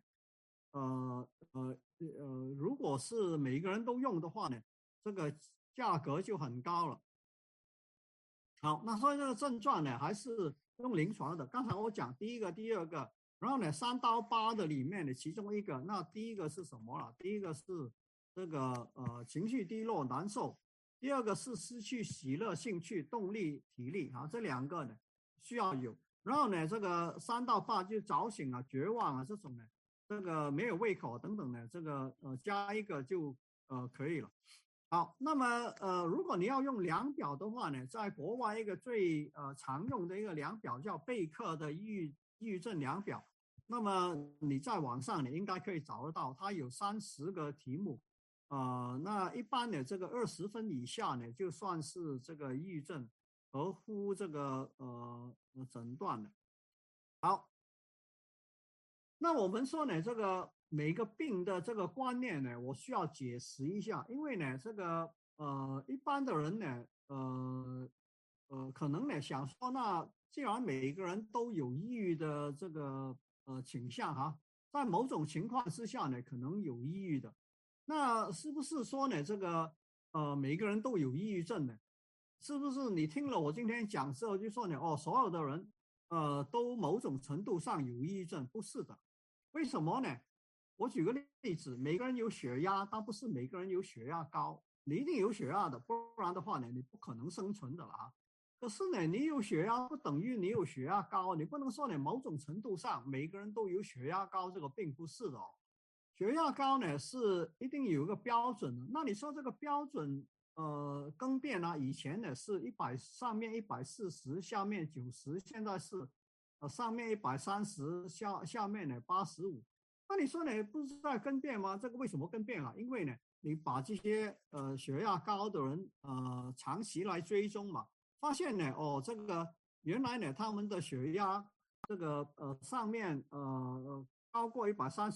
S2: 如果是每个人都用的话呢，这个价格就很高了。好，那所以这个症状呢，还是用临床的。刚才我讲第一个、第二个，然后呢，3到8的里面的其中一个，那第一个是什么了？第一个是这个情绪低落难受，第二个是失去喜乐、兴趣、动力、体力啊，这2个呢需要有。然后呢，这个3到8就早醒啊、绝望啊这种呢，这个没有胃口等等呢，这个加一个就可以了。好，那么如果你要用量表的话呢，在国外一个最常用的一个量表叫贝克的抑郁症量表。那么你在网上呢应该可以找得到，它有30个题目，那一般的这个20分以下呢，就算是这个抑郁症合乎这个诊断的。好，那我们说呢，这个每个病的这个观念呢，我需要解释一下，因为呢，这个一般的人呢，可能呢想说，那既然每个人都有抑郁的这个倾向哈，在某种情况之下呢，可能有抑郁的，那是不是说呢，这个每个人都有抑郁症呢？是不是你听了我今天讲之后就说呢，哦，所有的人都某种程度上有抑郁症？不是的。为什么呢？我举个例子，每个人有血压，但不是每个人有血压高。你一定有血压的，不然的话呢，你不可能生存的了啊。可是呢，你有血压不等于你有血压高，你不能说呢，某种程度上每个人都有血压高，这个并不是的哦。血压高呢是一定有一个标准的。那你说这个标准更变啊？以前呢是100，上面140，下面90，现在是上面130，下面呢85。那你说呢，不是在更变吗？这个为什么更变了？因为呢，你把这些血压高的人长期来追踪嘛，发现呢，哦，这个原来呢他们的血压这个上面高过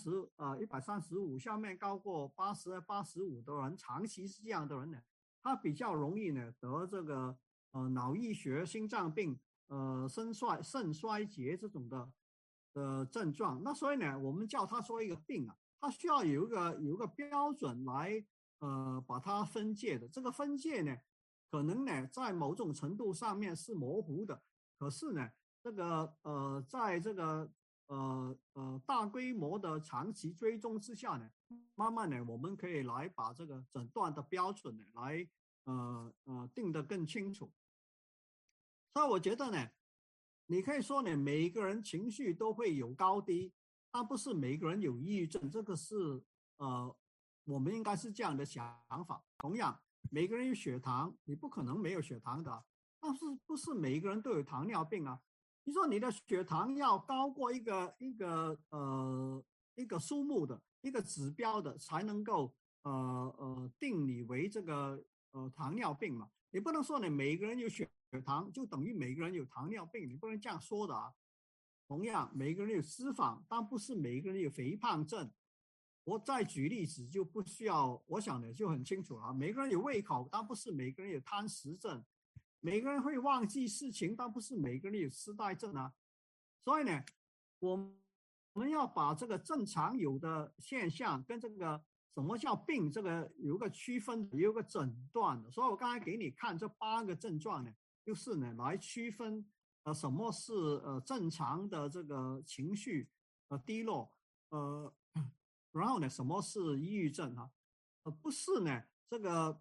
S2: 130135，下面高过80、85的人，长期是这样的人呢，他比较容易呢得这个脑溢血、心脏病、肾衰竭这种的症状。那所以呢，我们叫它说一个病啊，它需要有一个标准来把它分界的。这个分界呢，可能呢在某种程度上面是模糊的，可是呢，这个在这个大规模的长期追踪之下呢，慢慢呢，我们可以来把这个诊断的标准呢，来定得更清楚。所以我觉得呢，你可以说呢，每一个人情绪都会有高低，但不是每个人有抑郁症，这个是我们应该是这样的想法。同样，每个人有血糖，你不可能没有血糖的，但是不是每一个人都有糖尿病啊？你说你的血糖要高过一个数目的一个指标的，才能够定你为这个糖尿病嘛，你不能说你每个人有血糖就等于每个人有糖尿病，你不能这样说的啊。同样，每个人有脂肪，但不是每个人有肥胖症。我再举例子就不需要，我想的就很清楚了。每个人有胃口，但不是每个人有贪食症；每个人会忘记事情，但不是每个人有痴呆症啊。所以呢，我们要把这个正常有的现象跟这个什么叫病，这个有个区分，有个诊断的。所以我刚才给你看这8个症状呢，就是呢来区分什么是正常的这个情绪低落然后呢什么是抑郁症啊？不是呢这个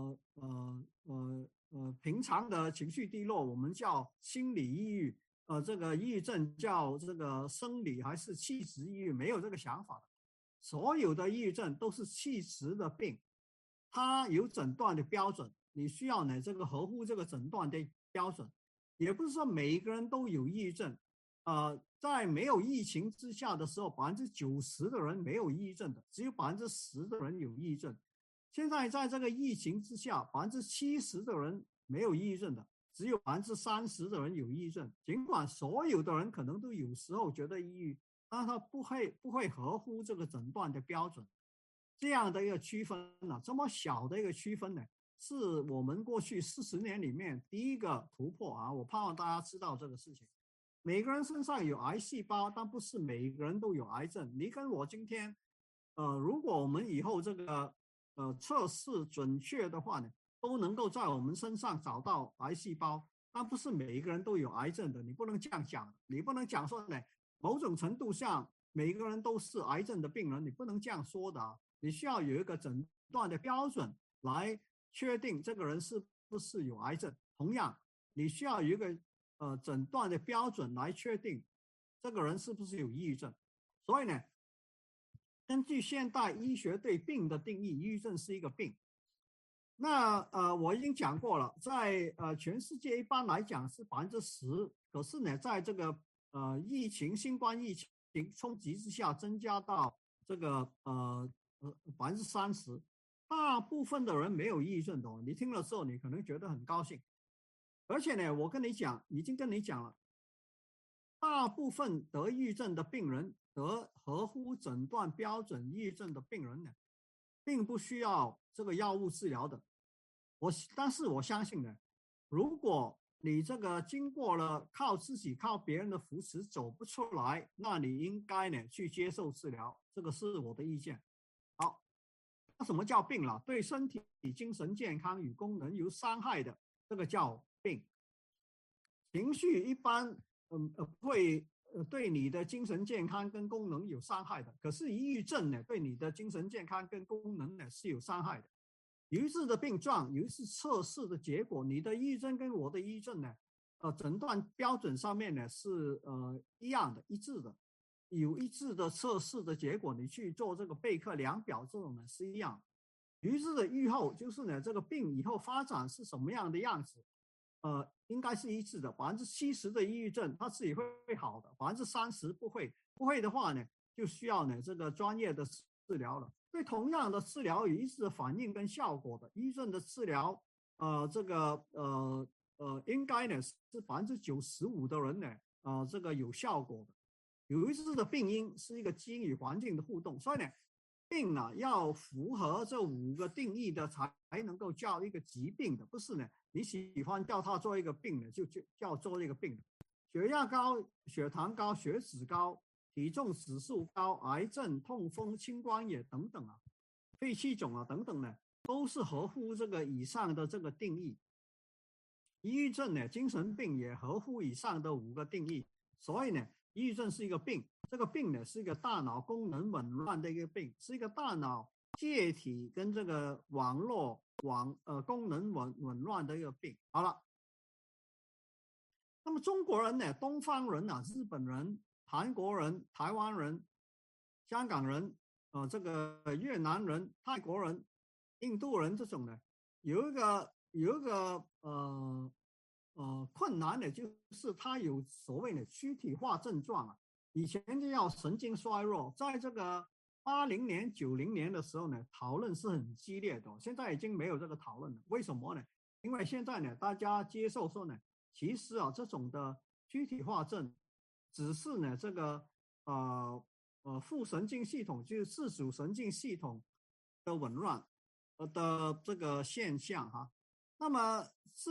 S2: 平常的情绪低落我们叫心理抑郁。这个抑郁症叫这个生理还是气质抑郁，没有这个想法的。所有的抑郁症都是气质的病，它有诊断的标准，你需要呢这个合乎这个诊断的标准。也不是说每一个人都有抑郁症，在没有疫情之下的时候，90%的人没有抑郁症的，只有10%的人有抑郁症。现在在这个疫情之下，70%的人没有抑郁症的，只有30%的人有抑郁症。尽管所有的人可能都有时候觉得抑郁，但他不会合乎这个诊断的标准。这样的一个区分呢，这么小的一个区分呢，是我们过去40年里面第一个突破啊！我盼望大家知道这个事情。每个人身上有癌细胞，但不是每个人都有癌症。你跟我今天，如果我们以后这个测试准确的话呢，都能够在我们身上找到癌细胞，但不是每一个人都有癌症的。你不能这样讲，你不能讲说呢，某种程度上每一个人都是癌症的病人，你不能这样说的啊。你需要有一个诊断的标准来确定这个人是不是有癌症。同样，你需要有一个诊断的标准来确定这个人是不是有抑郁症。所以呢，根据现代医学对病的定义，抑郁症是一个病。那我已经讲过了，在全世界一般来讲是10%，可是呢，在这个新冠疫情冲击之下，增加到这个30%。大部分的人没有抑郁症的哦，你听了之后你可能觉得很高兴。而且呢，我跟你讲，已经跟你讲了，大部分得抑郁症的病人，得合乎诊断标准抑郁症的病人呢，并不需要这个药物治疗的。但是我相信呢，如果你这个经过了靠自己靠别人的扶持走不出来，那你应该呢去接受治疗，这个是我的意见。好，那什么叫病了？对身体、精神健康与功能有伤害的，这个叫病。情绪一般会对你的精神健康跟功能有伤害的，可是抑郁症呢对你的精神健康跟功能呢是有伤害的。有一致的病状，有一次测试的结果，你的抑郁症跟我的抑郁症呢，诊断标准上面呢是一样的、一致的，有一致的测试的结果，你去做这个贝克量表这种呢是一样。有一致的预后就是呢这个病以后发展是什么样的样子，应该是一致的。70%的抑郁症它自己会好的，30%不会的话呢，就需要呢这个专业的治疗了。对同样的治疗有一致的反应跟效果的抑郁症的治疗，应该呢是95%的人呢，这个有效果的。有一致的病因是一个基因与环境的互动，所以呢，病啊要符合这5个定义的才能够叫一个疾病的，不是呢？你喜欢叫它做一个病的，就叫做一个病的。血压高、血糖高、血脂高、体重指数高、癌症、痛风、青光眼等等啊，肺气肿啊等等呢，都是合乎这个以上的这个定义。抑郁症呢，精神病也合乎以上的5个定义，所以呢，抑郁症是一个病。这个病呢，是一个大脑功能紊乱的一个病，是一个大脑介体跟这个网络功能紊乱的一个病。好了。那么中国人呢，东方人啊，日本人、韩国人、台湾人、香港人，这个越南人、泰国人、印度人这种呢，有一个困难的，就是他有所谓的躯体化症状啊。以前就叫神经衰弱，在这个 80年、90年的时候呢，讨论是很激烈的，现在已经没有这个讨论了。为什么呢？因为现在呢，大家接受说呢，其实啊，这种的躯体化症只是呢这个副神经系统，就是自主神经系统的紊乱的这个现象哈。那么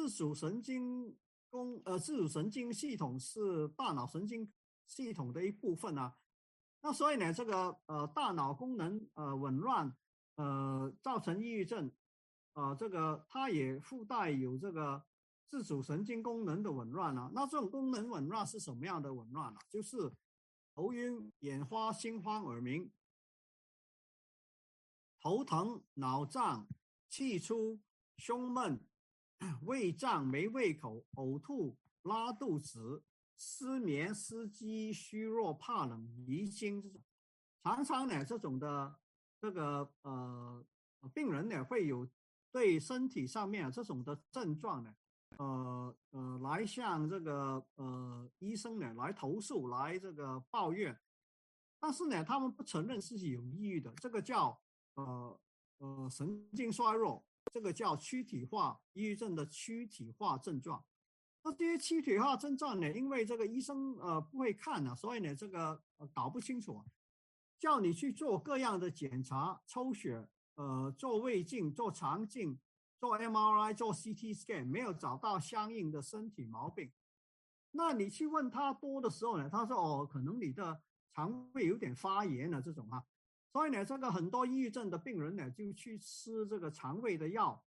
S2: 自主神经系统是大脑神经系统的一部分啊。那所以呢，这个大脑功能紊乱造成抑郁症，这个它也附带有这个自主神经功能的紊乱啊。那这种功能紊乱是什么样的紊乱呢？就是头晕、眼花、心慌、耳鸣、头疼、脑胀、气粗、胸闷、胃胀、没胃口、呕吐、拉肚子、失眠、失机、虚弱、怕冷、遗精这种。常常呢，这种的这个病人呢会有对身体上面这种的症状呢，来向这个医生呢来投诉，来这个抱怨，但是呢，他们不承认自己有抑郁的，这个叫神经衰弱，这个叫躯体化抑郁症的躯体化症状。那这些躯体化症状呢，因为这个医生不会看呢，所以呢这个搞不清楚，叫你去做各样的检查，抽血，做胃镜、做肠镜、做 MRI、做 CT scan，没有找到相应的身体毛病。那你去问他多的时候呢，他说哦，可能你的肠胃有点发炎了这种啊。所以呢，这个很多抑郁症的病人呢，就去吃这个肠胃的药。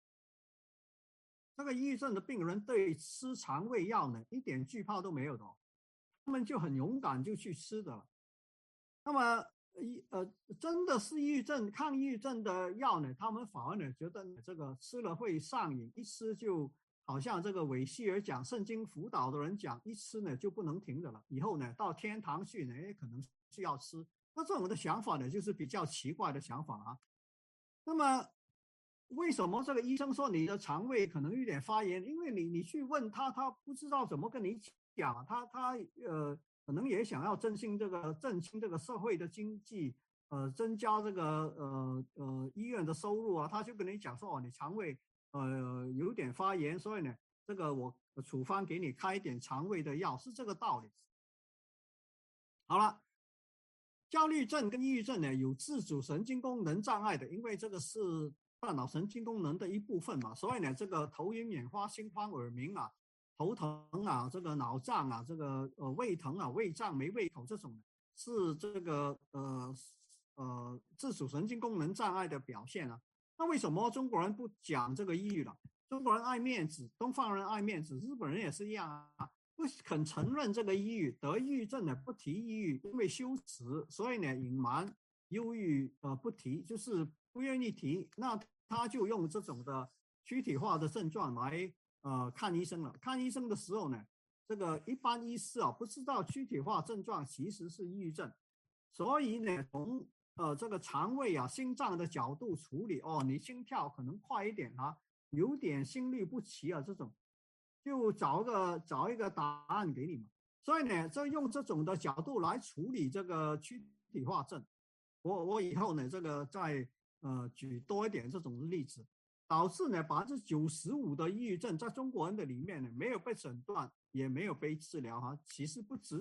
S2: 这个抑郁症的病人对吃肠胃药呢，一点惧怕都没有的，他们就很勇敢就去吃的了。那么真的是抗抑郁症的药呢，他们反而呢觉得这个吃了会上瘾，一吃就好像这个韦希尔讲圣经辅导的人讲，一吃呢就不能停的了，以后呢到天堂去呢也可能是要吃。那这种的想法呢，就是比较奇怪的想法啊。那么为什么这个医生说你的肠胃可能有点发炎？因为你去问他，他不知道怎么跟你讲，他可能也想要振兴这个社会的经济，增加这个医院的收入啊，他就跟你讲说哦，你肠胃有点发炎，所以呢，这个我处方给你开一点肠胃的药，是这个道理。好了。焦虑症跟抑郁症呢有自主神经功能障碍的，因为这个是大脑神经功能的一部分嘛，所以呢，这个头晕眼花、心慌、耳鸣啊、头疼啊、这个脑胀啊、这个胃疼啊、胃胀、没胃口这种，是这个自主神经功能障碍的表现啊。那为什么中国人不讲这个抑郁了？中国人爱面子，东方人爱面子，日本人也是一样啊。不肯承认这个抑郁，得抑郁症呢不提抑郁，因为羞耻，所以呢隐瞒忧郁不提，就是不愿意提。那他就用这种的躯体化的症状来看医生了。看医生的时候呢，这个一般医师啊不知道躯体化症状其实是抑郁症，所以呢从这个肠胃啊心脏的角度处理，哦你心跳可能快一点啊，有点心律不齐啊这种。就找一个答案给你嘛。所以呢，就用这种的角度来处理这个躯体化症。我以后呢，这个再举多一点这种例子，导致呢95%的抑郁症在中国人的里面呢没有被诊断，也没有被治疗哈。其实不止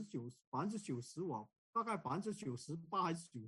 S2: 95%，大概98%还是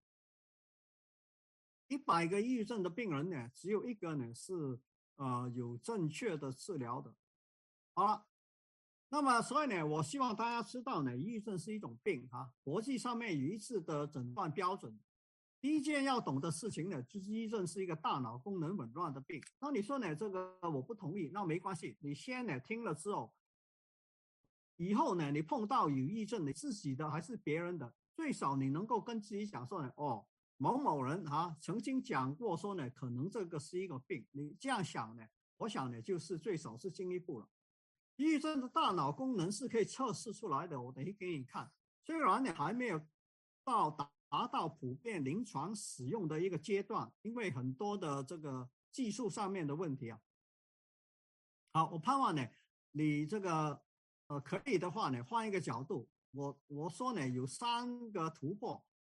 S2: 99%。100个抑郁症的病人呢，只有1个呢是有正确的治疗的。好了，那么所以呢，我希望大家知道呢，抑郁症是一种病啊，国际上面有一致的诊断标准。第一件要懂的事情呢，就是抑郁症是一个大脑功能紊乱的病。那你说呢，这个我不同意，那没关系，你先呢听了之后，以后呢你碰到有抑郁症，你自己的还是别人的，最少你能够跟自己讲说呢，哦，某某人曾经讲过说呢，可能这个是一个病，你这样想呢，我想呢就是最少是进一步了。抑郁症的大脑功能是可以测试出来的，我等一给你看。虽然你还没有达到普遍临床使用的一个阶段，因为很多的这个技术上面的问题啊。好，我盼望呢，你这个可以的话呢，换一个角度，我说呢有3个突破。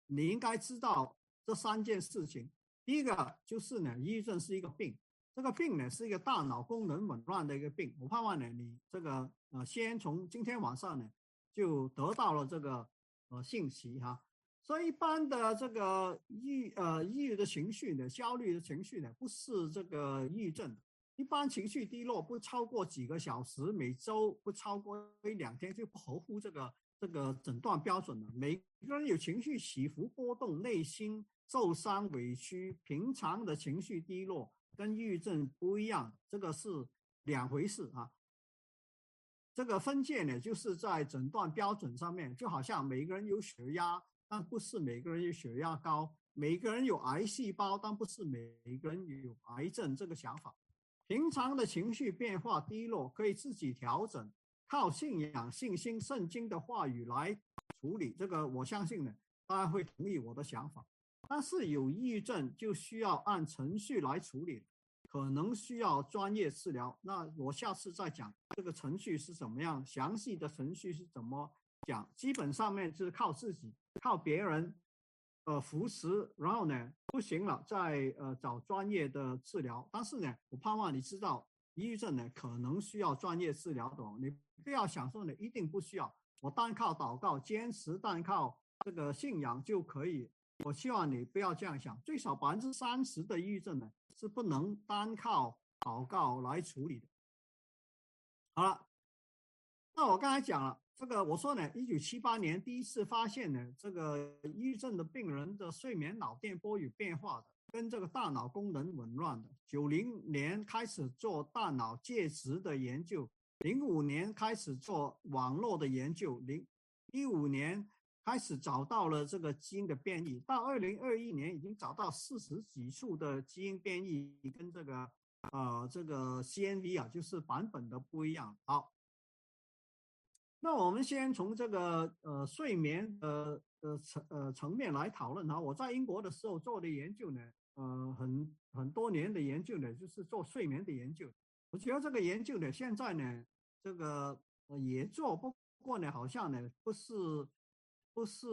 S2: 你应该知道这3件事情。第一个就是呢，抑郁症是一个病，这个病呢是一个大脑功能紊乱的一个病。我盼望呢你这个先从今天晚上呢就得到了这个信息哈。所以一般的这个抑郁的情绪呢，焦虑的情绪呢，不是这个抑郁症。一般情绪低落不超过几个小时，每周不超过1-2天，就不合乎这个诊断标准了。每个人有情绪起伏波动，内心受伤委屈，平常的情绪低落跟抑郁症不一样，这个是2回事啊。这个分界呢，就是在诊断标准上面，就好像每个人有血压，但不是每个人有血压高；每个人有癌细胞，但不是每个人有癌症。这个想法，平常的情绪变化低落可以自己调整，靠信仰、信心、圣经的话语来处理。这个我相信呢，大家会同意我的想法。但是有抑郁症就需要按程序来处理，可能需要专业治疗。那我下次再讲这个程序是怎么样，详细的程序是怎么讲。基本上面就是靠自己，靠别人扶持，然后呢不行了再找专业的治疗。但是呢，我盼望你知道，抑郁症呢可能需要专业治疗的，你不要想说呢一定不需要，我单靠祷告坚持，单靠这个信仰就可以。我希望你不要这样想，最少30%的抑郁症呢是不能单靠祷告来处理的。好了，那我刚才讲了这个，我说呢，1978年第一次发现呢，这个抑郁症的病人的睡眠脑电波有变化的，跟这个大脑功能紊乱的。90年开始做大脑介质的研究，05年开始做网络的研究，15年开始找到了这个基因的变异，到2021年已经找到40几处的基因变异跟这个CNV 啊，就是版本的不一样。好。那我们先从这个睡眠层面来讨论哈。我在英国的时候做的研究呢，很多年的研究呢，就是做睡眠的研究。我觉得这个研究呢，现在呢，这个也做，不过呢，好像呢不是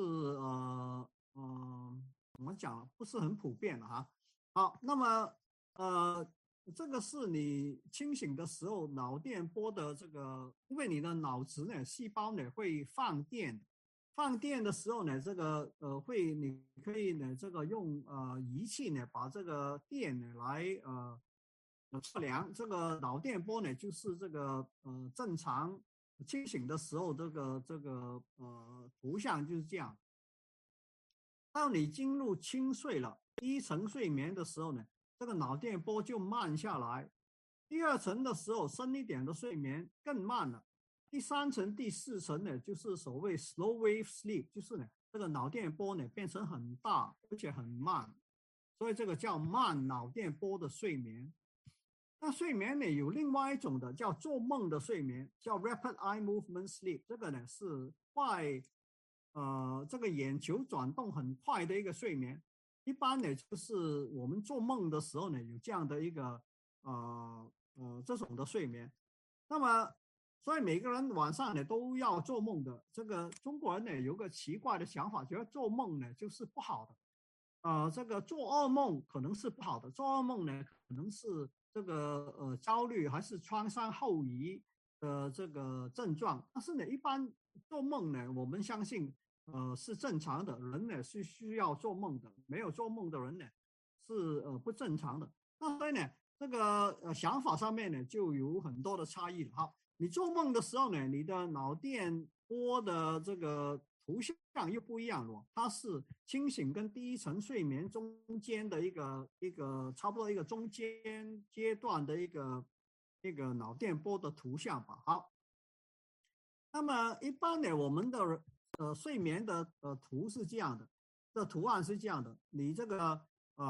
S2: 怎么讲，不是很普遍了哈。好，那么这个是你清醒的时候脑电波的这个，因为你的脑子呢细胞呢会放电，放电的时候呢，这个你可以呢这个用仪器呢把这个电呢来测量这个脑电波呢，就是这个正常清醒的时候这个图像就是这样。当你进入轻睡了第1层睡眠的时候呢，这个脑电波就慢下来。第2层的时候，深一点的睡眠更慢了。第3层、第4层呢，就是所谓 slow wave sleep， 就是呢这个脑电波呢变成很大而且很慢，所以这个叫慢脑电波的睡眠。那睡眠呢有另外一种的叫做梦的睡眠，叫 rapid eye movement sleep， 这个呢是这个眼球转动很快的一个睡眠。一般呢就是我们做梦的时候呢有这样的一个这种的睡眠。那么所以每个人晚上呢都要做梦的。这个中国人呢有个奇怪的想法，觉得做梦呢就是不好的。这个做噩梦可能是不好的，做噩梦呢可能是这个焦虑还是创伤后遗的这个症状。但是呢，一般做梦呢，我们相信是正常的，人呢是需要做梦的，没有做梦的人呢是不正常的。那所以呢，这个想法上面呢就有很多的差异了。好，你做梦的时候呢，你的脑电波的这个图像又不一样了，它是清醒跟第1层睡眠中间的一个差不多一个中间阶段的一个脑电波的图像吧。好，那么一般呢，我们的睡眠的图是这样的，这图案是这样的，你这个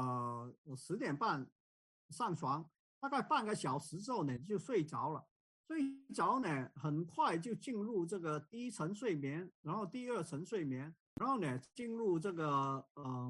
S2: 10点半上床，大概半个小时之后呢就睡着了。睡着呢，很快就进入这个第1层睡眠，然后第2层睡眠，然后呢进入这个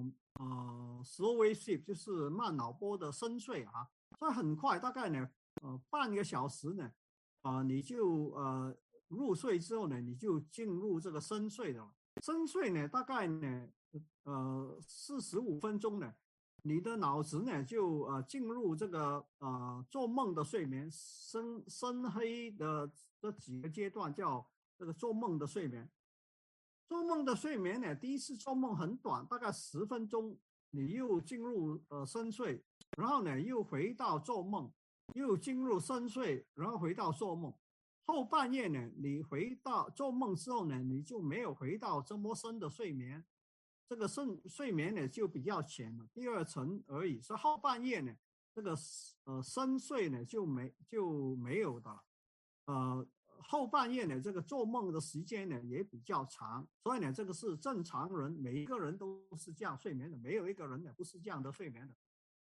S2: slow wave sleep， 就是慢脑波的深睡啊。所以很快，大概呢半个小时呢你就入睡之后呢，你就进入这个深睡的了。深睡呢，大概呢 45分钟呢，你的脑子呢就进入这个做梦的睡眠，深黑的这几个阶段叫这个做梦的睡眠。做梦的睡眠呢，第一次做梦很短，大概10分钟，你又进入深睡，然后呢又回到做梦，又进入深睡，然后回到做梦。后半夜呢，你回到做梦之后呢，你就没有回到这么深的睡眠，这个睡眠呢就比较浅了，第二层而已。所以后半夜呢，这个深睡呢就没有的了。后半夜呢，这个做梦的时间呢也比较长，所以呢，这个是正常人，每一个人都是这样睡眠的，没有一个人呢不是这样的睡眠的。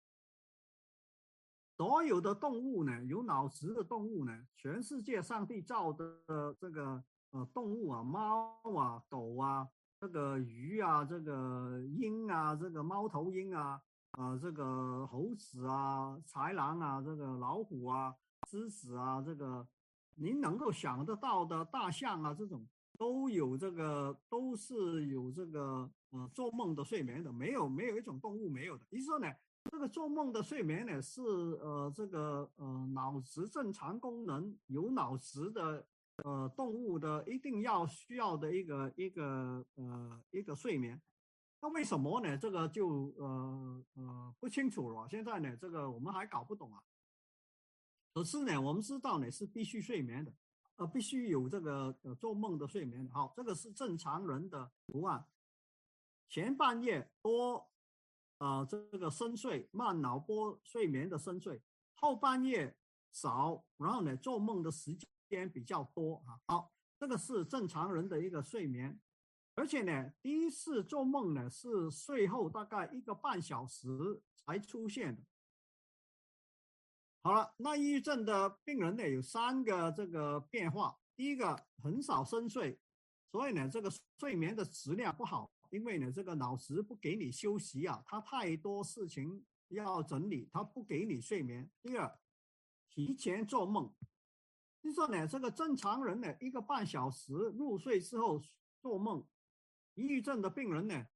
S2: 所有的动物呢，有脑子的动物呢，全世界上帝造的这个动物啊，猫啊、狗啊、这个鱼啊、这个鹰啊、这个猫头鹰啊、这个猴子啊、豺狼啊、这个老虎啊、狮子啊，这个您能够想得到的大象啊，这种都是有这个做梦的睡眠的，没有一种动物没有的。也就是说呢，这个做梦的睡眠呢，是这个脑子正常功能有脑子的动物的一定需要的一个睡眠。那为什么呢？这个就不清楚了。现在呢，这个我们还搞不懂啊。可是呢，我们知道呢是必须睡眠的，必须有这个做梦的睡眠。好，这个是正常人的图案。前半夜多这个深睡，慢脑波睡眠的深睡；后半夜少，然后呢做梦的时间比较多啊。好，这个是正常人的一个睡眠。而且呢，第一次做梦呢是睡后大概1个半小时才出现的。好了，那抑郁症的病人呢有3个这个变化。第一个，很少深睡，所以呢这个睡眠的质量不好，因为呢这个脑子不给你休息啊，它太多事情要整理，它不给你睡眠。第二，提前做梦，就说呢这个正常人呢1个半小时入睡之后做梦，抑郁症的病人呢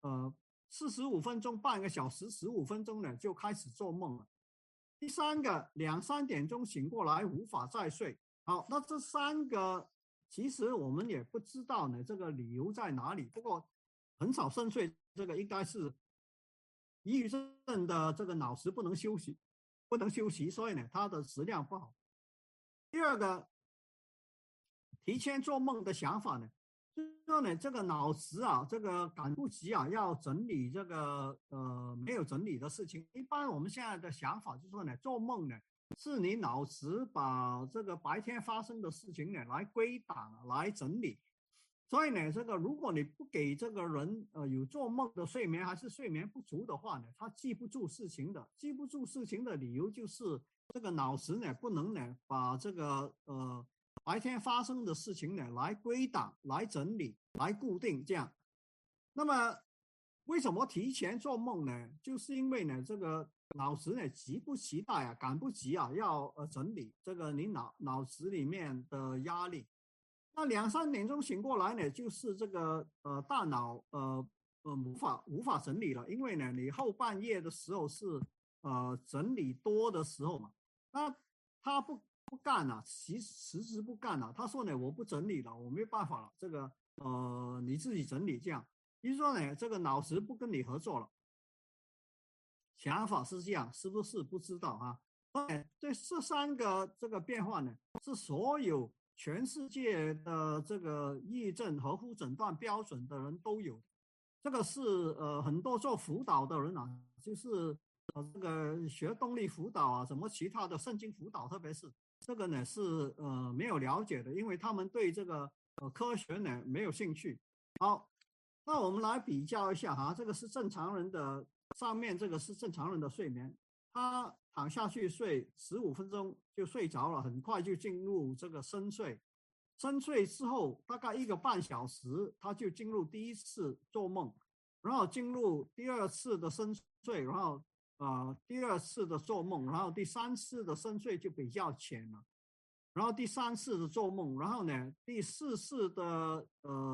S2: 45分钟、半个小时、15分钟呢就开始做梦了。第三个，2、3点钟醒过来无法再睡。好，那这3个其实我们也不知道呢，这个理由在哪里。不过很少深睡，这个应该是抑郁症的这个脑子不能休息，所以呢，它的质量不好。第二个，提前做梦的想法呢，就是说呢，这个脑子啊，这个赶不及啊，要整理这个没有整理的事情。一般我们现在的想法就是说呢，做梦呢是你脑子把这个白天发生的事情呢来归档来整理。所以呢，这个如果你不给这个人有做梦的睡眠，还是睡眠不足的话呢，他记不住事情的。记不住事情的理由就是这个脑子呢不能呢把这个白天发生的事情呢来归档、来整理、来固定这样。那么为什么提前做梦呢？就是因为呢这个脑子呢急不及待啊，赶不及啊，要整理这个你脑子里面的压力。那2、3点钟醒过来呢，就是这个大脑无法整理了，因为呢你后半夜的时候是整理多的时候嘛。那他不干了，辞职不干了。他说呢，我不整理了，我没办法了，这个你自己整理这样。也就是说呢，这个脑子不跟你合作了。想法是这样，是不是不知道啊？这3个这个变化呢，是所有全世界的这个抑郁症合乎诊断标准的人都有。这个是很多做辅导的人啊，就是这个学动力辅导啊，什么其他的圣经辅导，特别是这个呢是没有了解的，因为他们对这个科学呢没有兴趣。好，那我们来比较一下哈，这个是正常人的，上面这个是正常人的睡眠，他躺下去睡15分钟就睡着了，很快就进入这个深睡。深睡之后大概1个半小时，他就进入第一次做梦，然后进入第2次的深睡，然后第2次的做梦，然后第3次的深睡就比较浅了，然后第3次的做梦，然后呢第4次的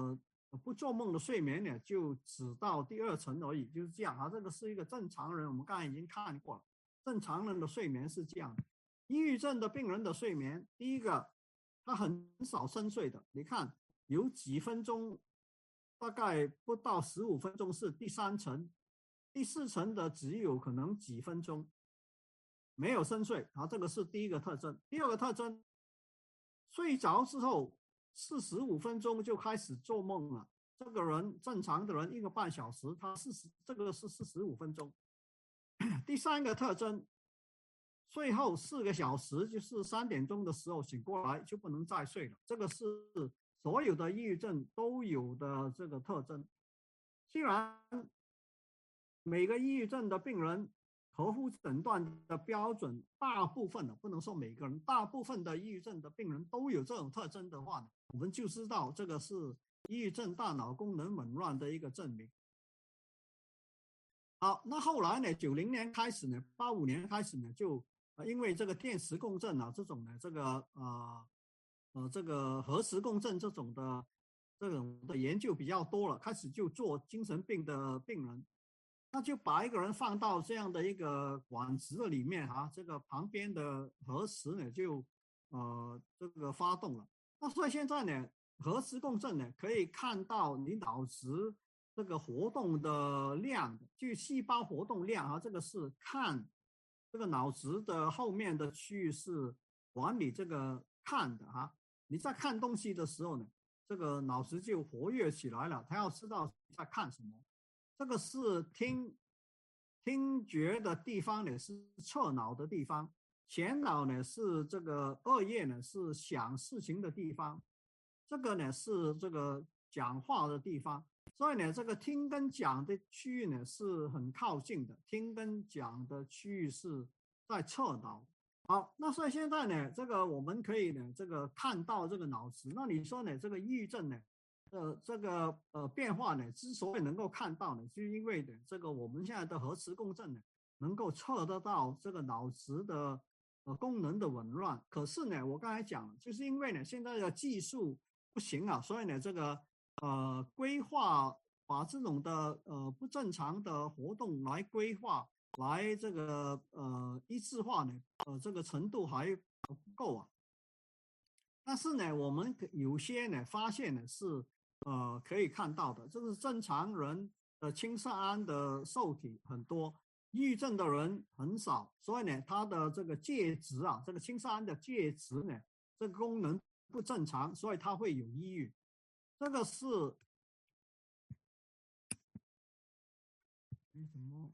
S2: 不做梦的睡眠呢，就只到第2层而已，就是这样啊。这个是一个正常人，我们刚才已经看过了，正常人的睡眠是这样的。抑郁症的病人的睡眠，第一个，他很少深睡的，你看有几分钟，大概不到15分钟是第3层，第4层的只有可能几分钟，没有深睡啊，这个是第一个特征。第2个特征，睡着之后45分钟就开始做梦了。这个人正常的人1个半小时，这个是45分钟。第3个特征，睡后4个小时，就是3点钟的时候醒过来就不能再睡了。这个是所有的抑郁症都有的这个特征。虽然每个抑郁症的病人合乎诊断的标准，大部分的不能说每个人，大部分的抑郁症的病人都有这种特征的话呢，我们就知道这个是抑郁症大脑功能紊乱的一个证明。好，那后来呢，90年开始呢，85年开始呢，就因为这个电磁共振啊这种的这个核磁共振这种的研究比较多了，开始就做精神病的病人。那就把一个人放到这样的一个管子的里面啊，这个旁边的核磁呢就这个发动了。那所以现在呢，核磁共振呢可以看到你脑子这个活动的量，就细胞活动量啊，这个是看这个脑子的后面的区域是管理这个看的哈。你在看东西的时候呢，这个脑子就活跃起来了，他要知道在看什么。这个是听觉的地方呢，是侧脑的地方；前脑呢是这个额叶呢是想事情的地方，这个呢是这个讲话的地方。所以呢，这个听跟讲的区域呢是很靠近的，听跟讲的区域是在侧脑。好，那所以现在呢，这个我们可以呢，这个看到这个脑子。那你说呢，这个抑郁症呢？这个变化呢，之所以能够看到呢，就是因为呢，这个我们现在的核磁共振呢，能够测得到这个脑子的功能的紊乱。可是呢，我刚才讲了，就是因为呢，现在的技术不行啊，所以呢，这个规划把这种的不正常的活动来规划，来这个一致化呢，这个程度还不够啊。但是呢，我们有些呢发现呢是可以看到的，就是正常人的青色胺的受体很多，抑郁症的人很少，所以呢，他的这个介质啊，这个青色胺的介质呢，这个功能不正常，所以他会有抑郁。这个是什么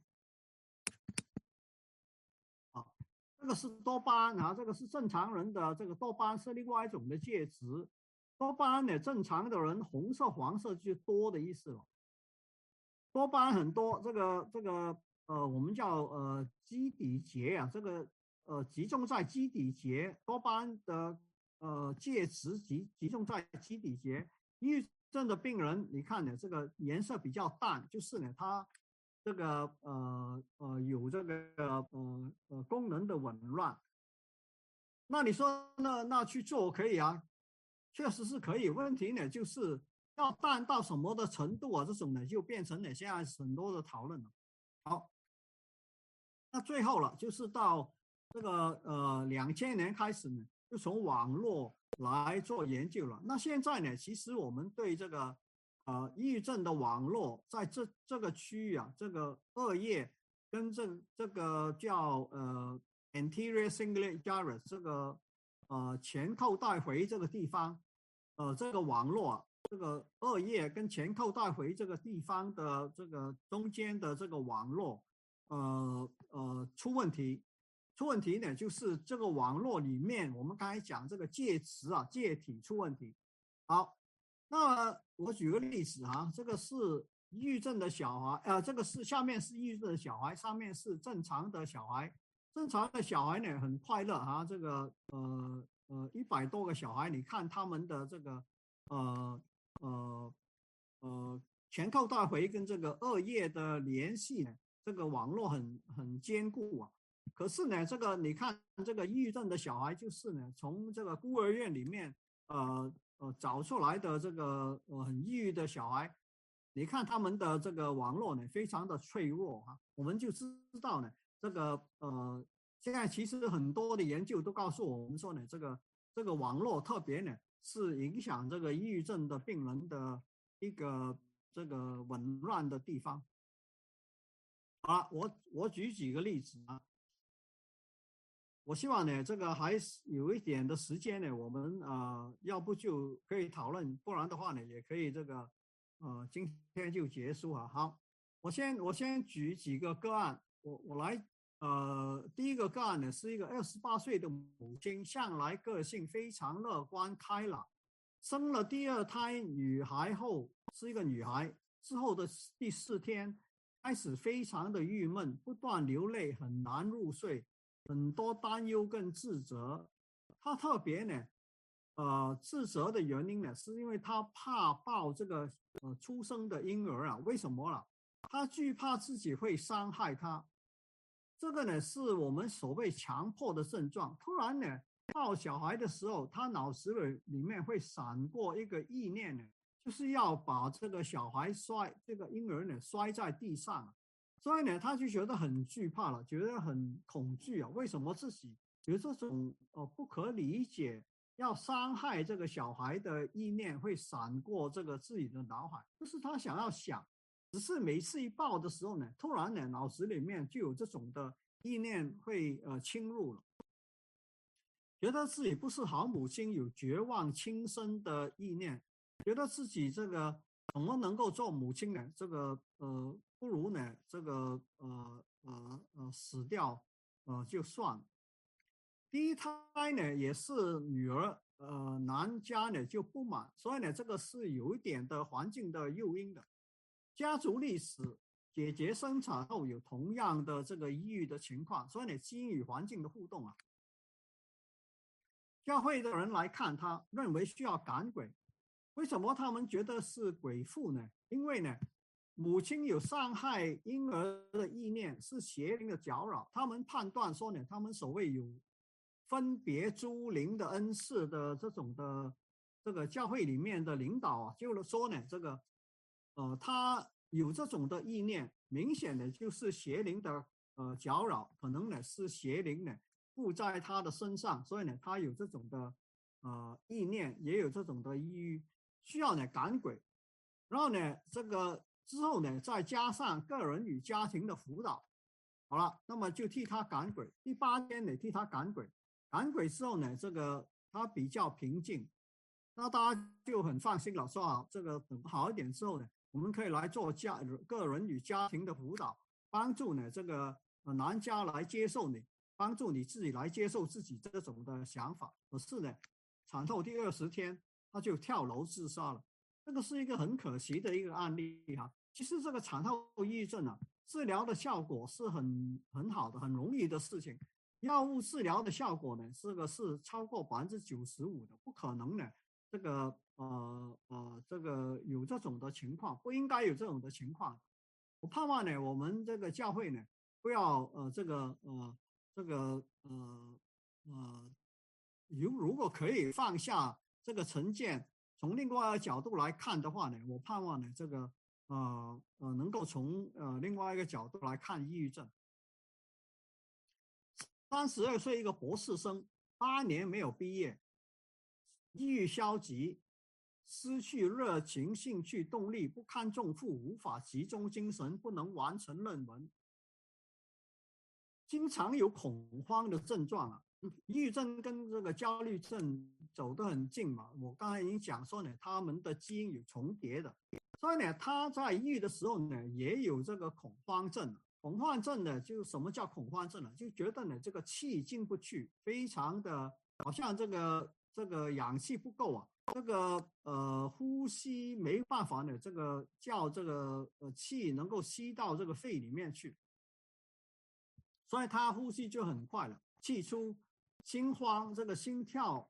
S2: 啊？这个是多巴胺啊，这个是正常人的这个多巴胺是另外一种的介质。多巴胺呢，正常的人红色、黄色就多的意思了。多巴胺很多，这个我们叫基底节啊，这个集中在基底节，多巴胺的介质集中在基底节。抑郁症的病人，你看呢，这个颜色比较淡，就是呢，它这个有这个功能的紊乱。那你说那去做可以啊，确实是可以。问题呢就是要淡到什么的程度啊？这种呢就变成了现在很多的讨论了。好，那最后了，就是到这个2000年开始呢，就从网络来做研究了。那现在呢，其实我们对这个抑郁症的网络在这个区域啊，这个2叶跟这个叫anterior cingulate gyrus 这个前扣带回这个地方，这个网络啊，这个2叶跟前扣带回这个地方的这个中间的这个网络。出问题，出问题呢，就是这个网络里面，我们刚才讲这个介质啊、介体出问题。好，那我举个例子哈，这个是抑郁症的小孩，这个是下面是抑郁症的小孩，上面是正常的小孩。正常的小孩呢很快乐哈，这个100多个小孩，你看他们的这个呃呃前扣带回跟这个2叶的联系呢。这个网络很坚固啊，可是呢，这个你看这个抑郁症的小孩，就是呢，从这个孤儿院里面找出来的这个很抑郁的小孩，你看他们的这个网络呢，非常的脆弱啊，我们就知道呢，这个现在其实很多的研究都告诉我们说呢，这个网络特别呢是影响这个抑郁症的病人的一个这个紊乱的地方。好，我举几个例子啊。我希望呢，这个还是有一点的时间呢，我们要不就可以讨论，不然的话呢，也可以这个今天就结束啊。好，我先举几个个案，我来第一个个案呢是一个28岁的母亲，向来个性非常乐观开朗，生了第二胎女孩后是一个女孩，之后的第4天开始非常的郁闷，不断流泪，很难入睡。很多担忧跟自责，他特别呢，自责的原因呢，是因为他怕抱这个出生的婴儿啊，为什么了？他惧怕自己会伤害他，这个呢是我们所谓强迫的症状。突然呢，抱小孩的时候，他脑子里面会闪过一个意念呢，就是要把这个小孩这个婴儿呢摔在地上。所以呢，他就觉得很惧怕了，觉得很恐惧啊。为什么自己有这种不可理解，要伤害这个小孩的意念会闪过这个自己的脑海？就是他想要想，只是每次一抱的时候呢，突然呢，脑子里面就有这种的意念会侵入了，觉得自己不是好母亲，有绝望轻生的意念，觉得自己这个怎么能够做母亲呢？这个不如呢这个死掉就算了。第一胎呢也是女儿，男家呢就不满，所以呢这个是有一点的环境的诱因的。家族历史，姐姐生产后有同样的这个抑郁的情况，所以呢基因与环境的互动啊。教会的人来看他，认为需要赶鬼。为什么他们觉得是鬼附呢？因为呢，母亲有伤害婴儿的意念，是邪灵的搅扰。他们判断说呢，他们所谓有分别诸灵的恩赐的这种的这个教会里面的领导啊，就是说呢，这个他有这种的意念，明显的就是邪灵的搅扰，可能呢是邪灵呢附在他的身上，所以呢他有这种的意念，也有这种的抑郁，需要呢赶鬼。然后呢这个之后呢再加上个人与家庭的辅导，好了，那么就替他赶鬼。第8天呢替他赶鬼，赶鬼之后呢这个他比较平静，那大家就很放心了，说啊这个等好一点之后呢，我们可以来做个人与家庭的辅导，帮助呢这个男家来接受你，帮助你自己来接受自己这种的想法。可是呢，产后第20天，他就跳楼自杀了。这个是一个很可惜的一个案例哈。其实这个产后抑郁症啊，治疗的效果是很好的，很容易的事情。药物治疗的效果呢，这个是超过95%的，不可能呢。这个有这种的情况，不应该有这种的情况。我盼望呢，我们这个教会呢，不要如果可以放下这个成见，从另外一个角度来看的话呢，我盼望呢这个能够从另外一个角度来看抑郁症。32岁一个博士生，8年没有毕业，抑郁消极，失去热情、兴趣、动力，不堪重负，无法集中精神，不能完成论文，经常有恐慌的症状啊。抑郁症跟这个焦虑症走得很近嘛，我刚才已经讲说呢，他们的基因有重叠的，所以呢，他在抑郁的时候呢，也有这个恐慌症。恐慌症呢，就什么叫恐慌症呢？就觉得呢，这个气进不去，非常的好像这个氧气不够啊，这个呼吸没办法呢，这个叫这个气能够吸到这个肺里面去，所以他呼吸就很快了，气出，心慌，这个心跳，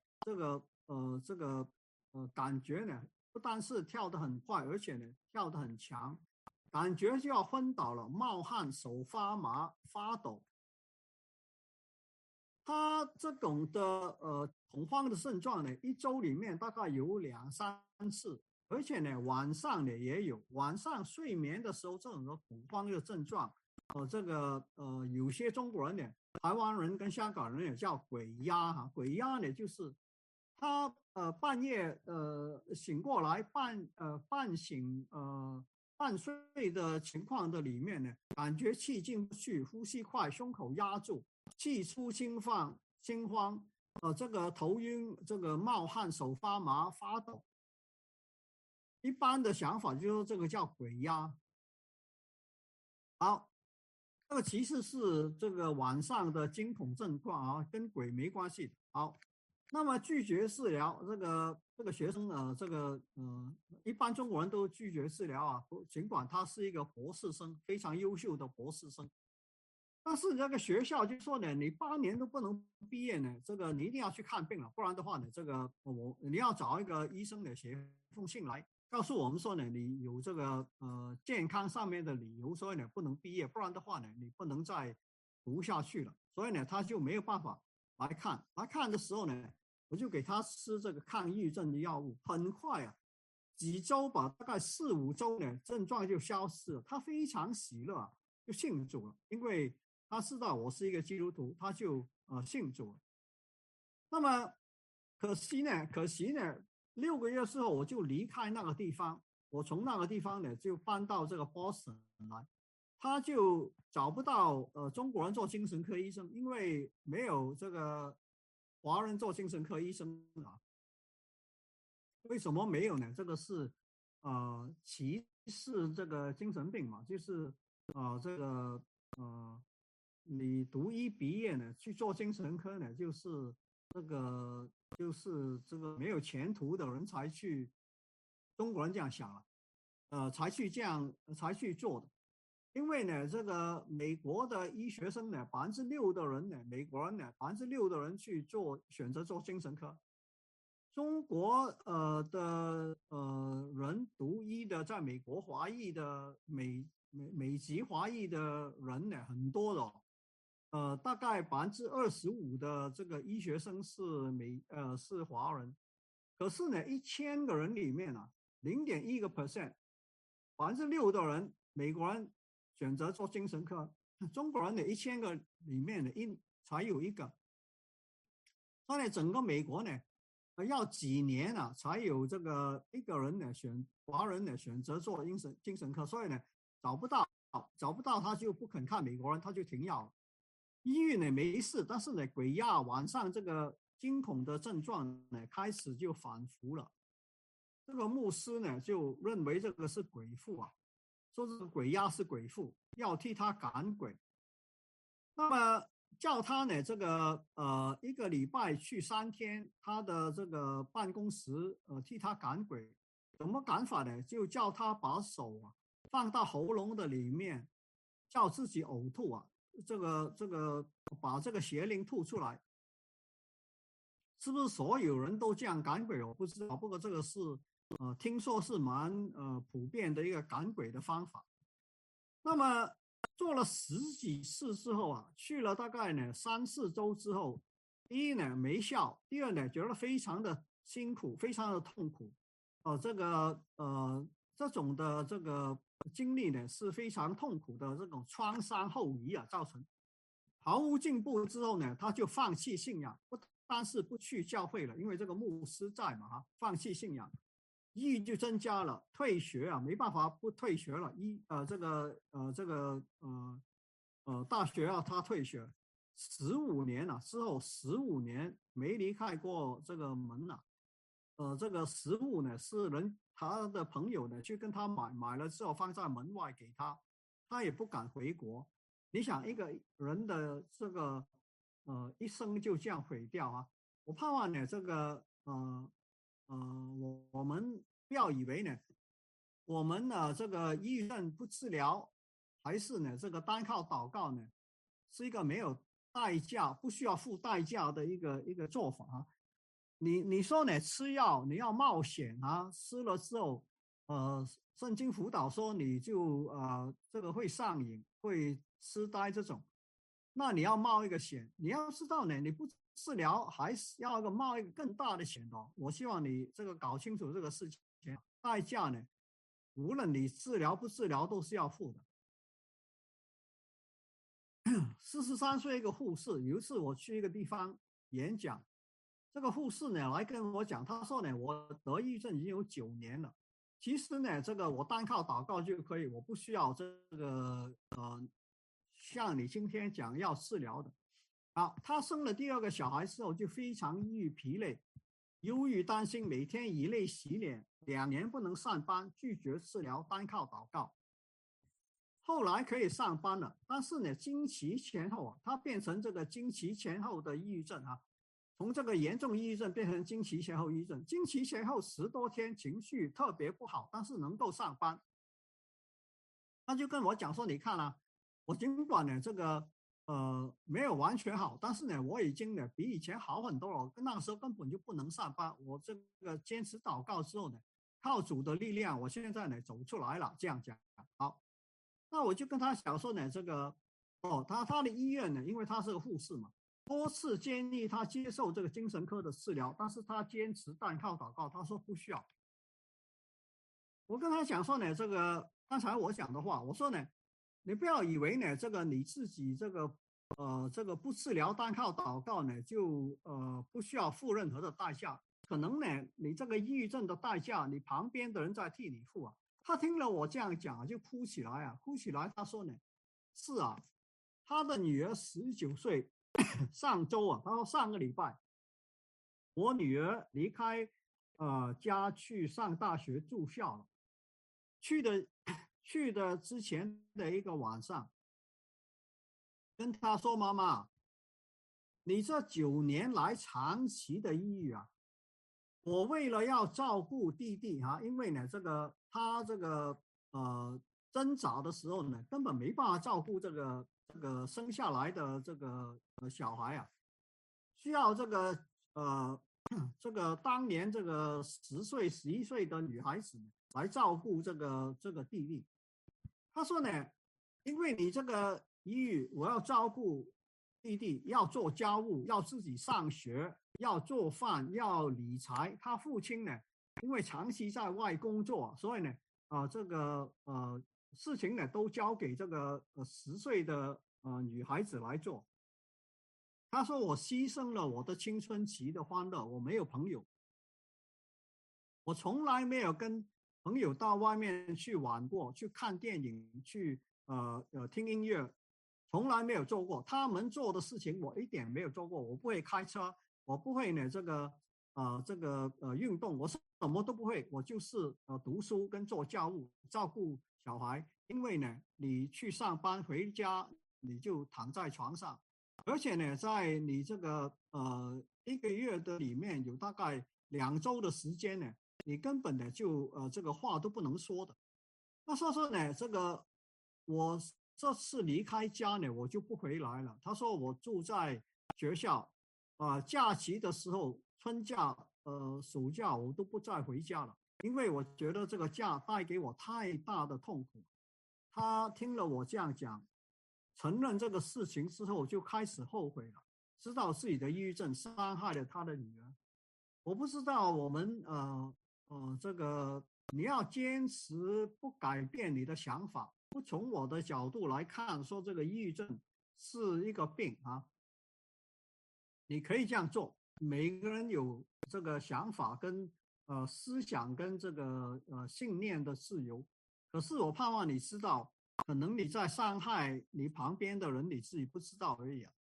S2: 感觉呢，不但是跳得很快，而且呢跳得很强，感觉就要昏倒了，冒汗，手发麻，发抖。 他这种的恐慌的症状呢，一周里面大概有2、3次，而且呢晚上呢也有，晚上睡眠的时候这种的恐慌的症状，有些中国人呢，台湾人跟香港人也叫鬼压哈，鬼压呢就是他半夜醒过来半醒半睡的情况的里面呢，感觉气进不去，呼吸快，胸口压住。气出心慌，这个头晕，这个冒汗，手发麻发抖。一般的想法就是说这个叫鬼压。好，这个其实是这个晚上的惊恐症状啊，跟鬼没关系。好，那么拒绝治疗，这个学生一般中国人都拒绝治疗啊，尽管他是一个博士生，非常优秀的博士生。但是这个学校就说呢，你8年都不能毕业呢，这个你一定要去看病了，不然的话呢，你要找一个医生呢写封信来告诉我们说呢，你有这个健康上面的理由，所以呢不能毕业，不然的话呢，你不能再读下去了。所以呢，他就没有办法来看的时候呢，我就给他吃这个抗抑郁症的药物，很快啊，几周吧，大概4、5周呢，症状就消失了，他非常喜乐啊，就信主了，因为他知道我是一个基督徒，他就信主了。那么可惜呢，6个月之后我就离开那个地方，我从那个地方呢就搬到这个 Boston 来，他就找不到中国人做精神科医生，因为没有这个华人做精神科医生啊。为什么没有呢？这个是歧视这个精神病嘛，就是啊、呃这个呃你读医毕业呢去做精神科呢，这个这个没有前途的人才去，中国人这样想了，才去做的。因为呢，这个美国的医学生呢，6%的人呢，美国人呢6%的人选择做精神科。中国人读医的，在美国华裔的美籍华裔的人呢很多的哦，大概25%的这个医学生是华人，可是呢1000个人里面啊0.1%，6%的人美国人选择做精神科，中国人的1000个里面呢才有一个，所以整个美国呢。要几年啊，才有这个一个人呢华人呢选择做精神科，所以呢找不到，他就不肯看美国人，他就停药了。医院呢没事，但是呢鬼压晚上这个惊恐的症状呢开始就反复了。这个牧师呢就认为这个是鬼附啊，说这个鬼压是鬼附，要替他赶鬼。那么叫他呢，1个礼拜去3天，他的这个办公室替他赶鬼，怎么赶法呢？就叫他把手啊放到喉咙的里面，叫自己呕吐啊，把这个邪灵吐出来。是不是所有人都这样赶鬼？我不知道，不过这个是听说是蛮普遍的一个赶鬼的方法。那么做了10几次之后啊，去了大概呢3、4周之后，第一呢没效，第二呢觉得非常的辛苦，非常的痛苦，这种的这个经历呢是非常痛苦的这种创伤后遗啊造成，毫无进步之后呢，他就放弃信仰，不单是不去教会了，因为这个牧师在嘛哈，放弃信仰。抑郁就增加了，退学啊，没办法不退学了。大学啊，他退学15年了，之后15年没离开过这个门了。这个食物呢是他的朋友呢去跟他买了之后放在门外给他，他也不敢回国。你想一个人的一生就这样毁掉啊！我盼望呢我们不要以为呢，我们呢这个抑郁症不治疗，还是呢这个单靠祷告呢，是一个没有代价、不需要付代价的一个做法啊。你说呢？吃药你要冒险啊，吃了之后，圣经辅导说你就这个会上瘾、会痴呆这种， 那你要冒一个险，你要知道呢，你不治疗还是要冒一个更大的险的。我希望你这个搞清楚这个事情，代价呢，无论你治疗不治疗都是要付的。43岁一个护士，有一次我去一个地方演讲，这个护士呢来跟我讲，他说呢，我得抑郁症已经有9年了。其实呢，这个我单靠祷告就可以，我不需要这个像你今天讲要治疗的。好，他生了第2个小孩之后就非常抑郁疲累，忧郁担心，每天以泪洗脸，2年不能上班，拒绝治疗，单靠祷告。后来可以上班了，但是呢，经期前后啊，他变成这个经期前后的抑郁症啊，从这个严重抑郁症变成经期前后抑郁症。经期前后10多天情绪特别不好，但是能够上班。他就跟我讲说，你看啊，我尽管呢这个没有完全好，但是呢我已经呢比以前好很多了。那个时候根本就不能上班，我这个坚持祷告之后呢，靠主的力量，我现在呢走出来了。这样讲好。那我就跟他讲说呢，这个他的医院呢，因为他是个护士嘛，多次建议他接受这个精神科的治疗，但是他坚持单靠祷告，他说不需要。我跟他讲说呢，这个刚才我讲的话，我说呢，你不要以为呢，这个你自己这个不治疗单靠祷告呢，就不需要付任何的代价。可能呢，你这个抑郁症的代价，你旁边的人在替你付啊。他听了我这样讲就哭起来啊，哭起来。他说呢，是啊，他的女儿19岁，上周啊，他说上个礼拜，我女儿离开家去上大学住校了。去的之前的一个晚上，跟他说：“妈妈，你这9年来长期的抑郁啊，我为了要照顾弟弟哈，因为呢，他这个挣扎的时候呢，根本没办法照顾这个生下来的这个小孩啊，需要这个当年这个10岁11岁的女孩子来照顾这个弟弟。”他说呢，因为你这个抑郁，我要照顾弟弟，要做家务，要自己上学，要做饭，要理财。他父亲呢，因为长期在外工作，所以呢，事情呢都交给这个10岁的女孩子来做。他说我牺牲了我的青春期的欢乐，我没有朋友，我从来没有跟朋友到外面去玩过，去看电影，去听音乐，从来没有做过。他们做的事情我一点没有做过。我不会开车，我不会呢运动，我什么都不会。我就是读书跟做家务，照顾小孩。因为呢，你去上班回家你就躺在床上，而且呢，在你这个1个月的里面有大概2周的时间呢，你根本的就这个话都不能说的。那说呢，这个我这次离开家呢，我就不回来了。他说我住在学校，假期的时候，春假、暑假我都不再回家了，因为我觉得这个假带给我太大的痛苦。他听了我这样讲，承认这个事情之后，就开始后悔了，知道自己的抑郁症伤害了他的女儿。我不知道我们这个你要坚持不改变你的想法，不从我的角度来看，说这个抑郁症是一个病啊，你可以这样做。每个人有这个想法跟思想跟这个信念的自由，可是我盼望你知道，可能你在伤害你旁边的人，你自己不知道而已啊。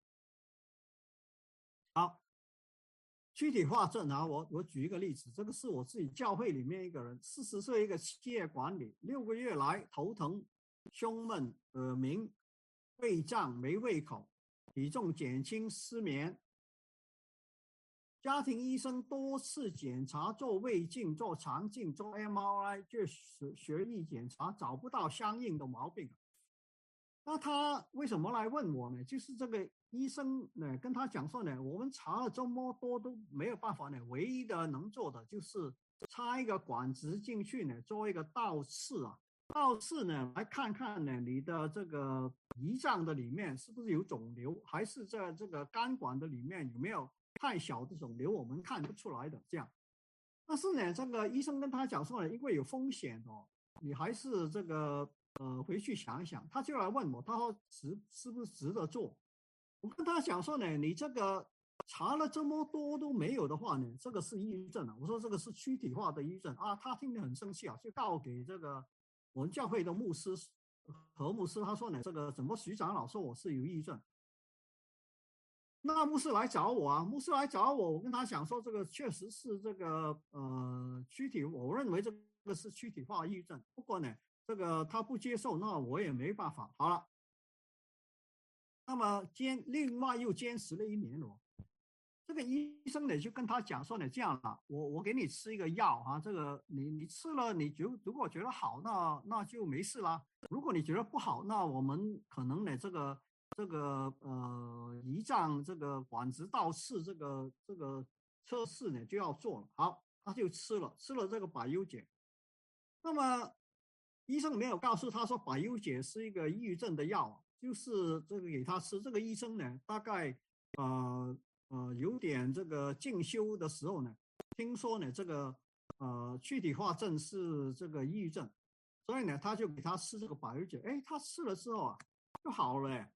S2: 好。具体化症啊，我举一个例子，这个是我自己教会里面一个人，40岁一个企业管理，6个月来头疼、胸闷、耳鸣、胃胀、没胃口，体重减轻、失眠。家庭医生多次检查，做胃镜、做肠镜、做 MRI， 做血液检查，找不到相应的毛病。那他为什么来问我呢？就是这个医生呢跟他讲说呢，我们查了这么多都没有办法呢，唯一的能做的就是插一个管子进去呢，做一个倒刺啊， 倒是呢，来看看呢，你的这个胰脏的里面是不是有肿瘤，还是在这个肝管的里面有没有太小的肿瘤，我们看不出来的。这样，但是呢，这个医生跟他讲说呢，因为有风险哦，你还是这个回去想一想。他就来问我，他说是不是值得做？我跟他讲说呢，你这个查了这么多都没有的话呢，这个是抑郁症啊。我说这个是躯体化的抑郁症啊。他听得很生气啊，就告给这个我们教会的牧师何牧师，他说呢，这个怎么徐长老说我是有抑郁症？那牧师来找我啊，牧师来找我，我跟他讲说这个确实是这个躯体，我认为这个是躯体化抑郁症。不过呢，这个他不接受，那我也没办法。好了，那么另外又坚持了1年了。这个医生呢就跟他讲说呢，这样了，我给你吃一个药啊，这个你吃了，如果觉得好，那就没事啦。如果你觉得不好，那我们可能呢胰脏这个管子倒刺这个测试呢就要做了。好，他就吃了这个百忧解。那么医生没有告诉他说百忧解是一个抑郁症的药，就是这个给他吃。这个医生呢大概呃有点这个进修的时候呢，听说呢这个躯体化症是这个抑郁症，所以呢他就给他吃这个百忧解。哎，他吃了之后啊就好了哎。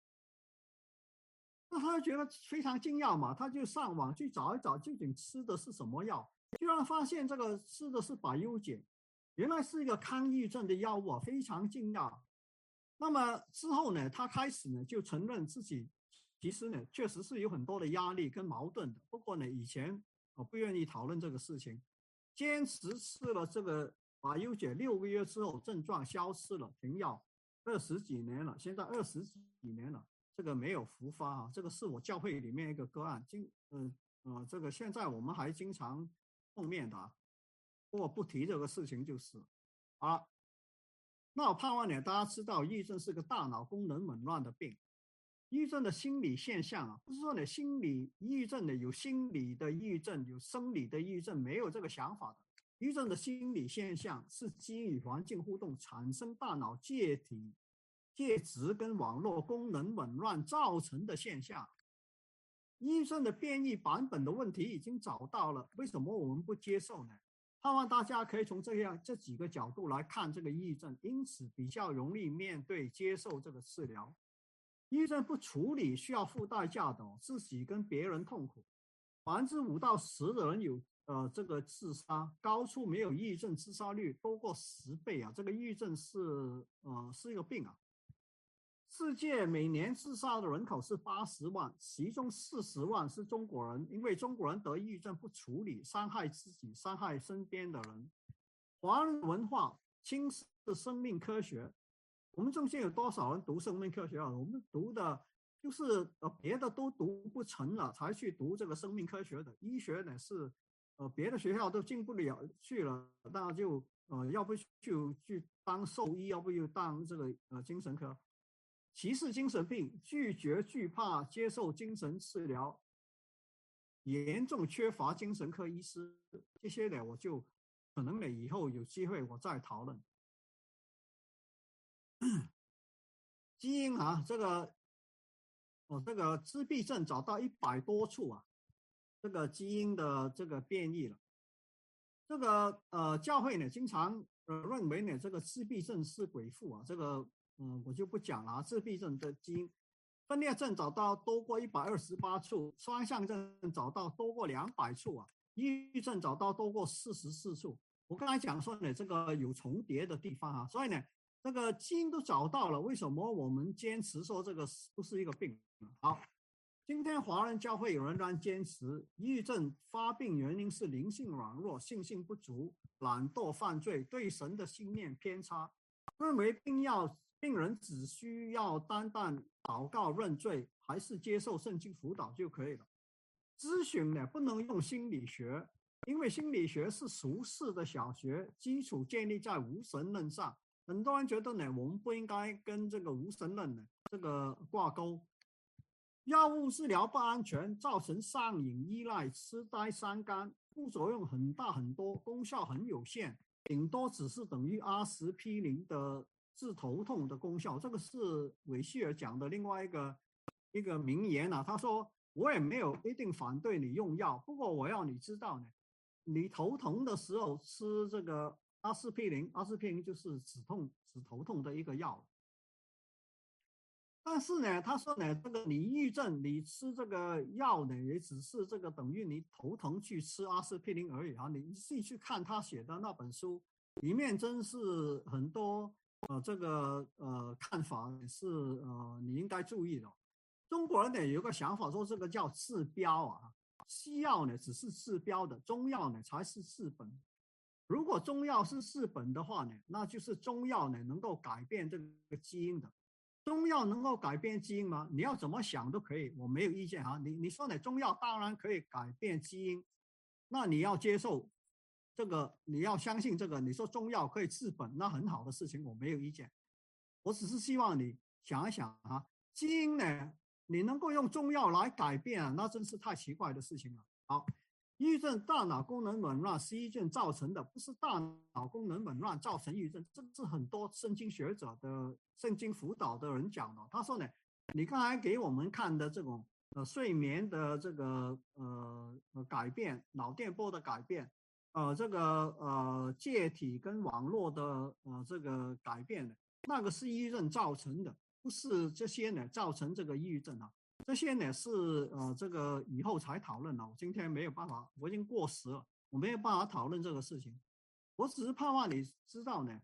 S2: 那他就觉得非常惊讶嘛，他就上网去找一找究竟吃的是什么药，居然发现这个吃的是百忧解，原来是一个抗抑郁症的药物啊，非常惊讶。那么之后呢，他开始呢就承认自己其实呢确实是有很多的压力跟矛盾的，不过呢以前不愿意讨论这个事情，坚持吃了这个百忧解6个月之后，症状消失了，停药20几年了，现在20几年了。这个没有复发啊，这个是我教会里面一个个案，这个现在我们还经常碰面的啊，不过不提这个事情就是啊。那我盼望呢，大家知道，抑郁症是个大脑功能紊乱的病。抑郁症的心理现象啊，不是说你心理抑郁症的有心理的抑郁症，有生理的抑郁症，没有这个想法的。抑郁症的心理现象是基于环境互动产生大脑介质跟网络功能紊乱造成的现象。抑郁症的变异版本的问题已经找到了，为什么我们不接受呢？盼望大家可以从这几个角度来看这个抑郁症，因此比较容易面对接受这个治疗。抑郁症不处理需要付代价的，自己跟别人痛苦。5%到10%的人有这个自杀，高出没有抑郁症自杀率多过10倍啊！这个抑郁症是一个病啊。世界每年自杀的人口是80万，其中40万是中国人，因为中国人得抑郁症不处理，伤害自己，伤害身边的人。华人文化轻视生命科学，我们中间有多少人读生命科学啊？我们读的就是别的都读不成了，才去读这个生命科学的。医学呢是别的学校都进不了去了，那就要不就去当兽医，要不就当这个精神科。歧视精神病，惧怕接受精神治疗，严重缺乏精神科医师，这些呢，我就可能呢以后有机会我再讨论。基因啊，这个自闭症找到100多处啊，这个基因的这个变异了。这个教会呢经常认为呢这个自闭症是鬼父啊，这个我就不讲了。自闭症的基因分裂症找到多过128处，双向症找到多过200处啊，抑郁症找到多过44处。我刚才讲说呢，这个有重叠的地方啊，所以呢，这个基因都找到了，为什么我们坚持说这个不是一个病？好，今天华人教会仍然坚持，抑郁症发病原因是灵性软弱、信心不足、懒惰、犯罪、对神的信念偏差，认为病人只需要单单祷告认罪，还是接受圣经辅导就可以了。咨询呢不能用心理学，因为心理学是俗世的小学，基础建立在无神论上。很多人觉得呢，我们不应该跟这个无神论呢这个挂钩。药物治疗不安全，造成上瘾、依赖、痴呆、伤肝，副作用很大很多，功效很有限。 顶多只是等于阿司匹林的治头痛的功效。这个是韦希尔讲的另外一个名言啊，他说我也没有一定反对你用药，不过我要你知道呢，你头疼的时候吃这个阿司匹林，阿司匹林就是止头痛的一个药。但是呢，他说呢，这个你抑郁症，你吃这个药呢，也只是这个等于你头疼去吃阿司匹林而已啊。你自己去看他写的那本书，里面真是很多看法是你应该注意的。中国人呢有个想法说这个叫治标啊，西药呢只是治标的，中药呢才是治本。如果中药是治本的话呢，那就是中药呢能够改变这个基因的。中药能够改变基因吗？你要怎么想都可以，我没有意见哈。你说呢？中药当然可以改变基因，那你要接受这个，你要相信这个。你说中药可以治本，那很好的事情，我没有意见。我只是希望你想一想啊，基因呢，你能够用中药来改变啊，那真是太奇怪的事情了。好。抑郁症大脑功能紊乱是抑郁症造成的，不是大脑功能紊乱造成抑郁症。这是很多神经学者的神经辅导的人讲的。他说呢，你刚才给我们看的这种睡眠的这个改变，脑电波的改变，介体跟网络的这个改变的，那个是抑郁症造成的，不是这些呢造成这个抑郁症啊。这些呢是这个以后才讨论了，我今天没有办法，我已经过时了，我没有办法讨论这个事情。我只是盼望你知道呢，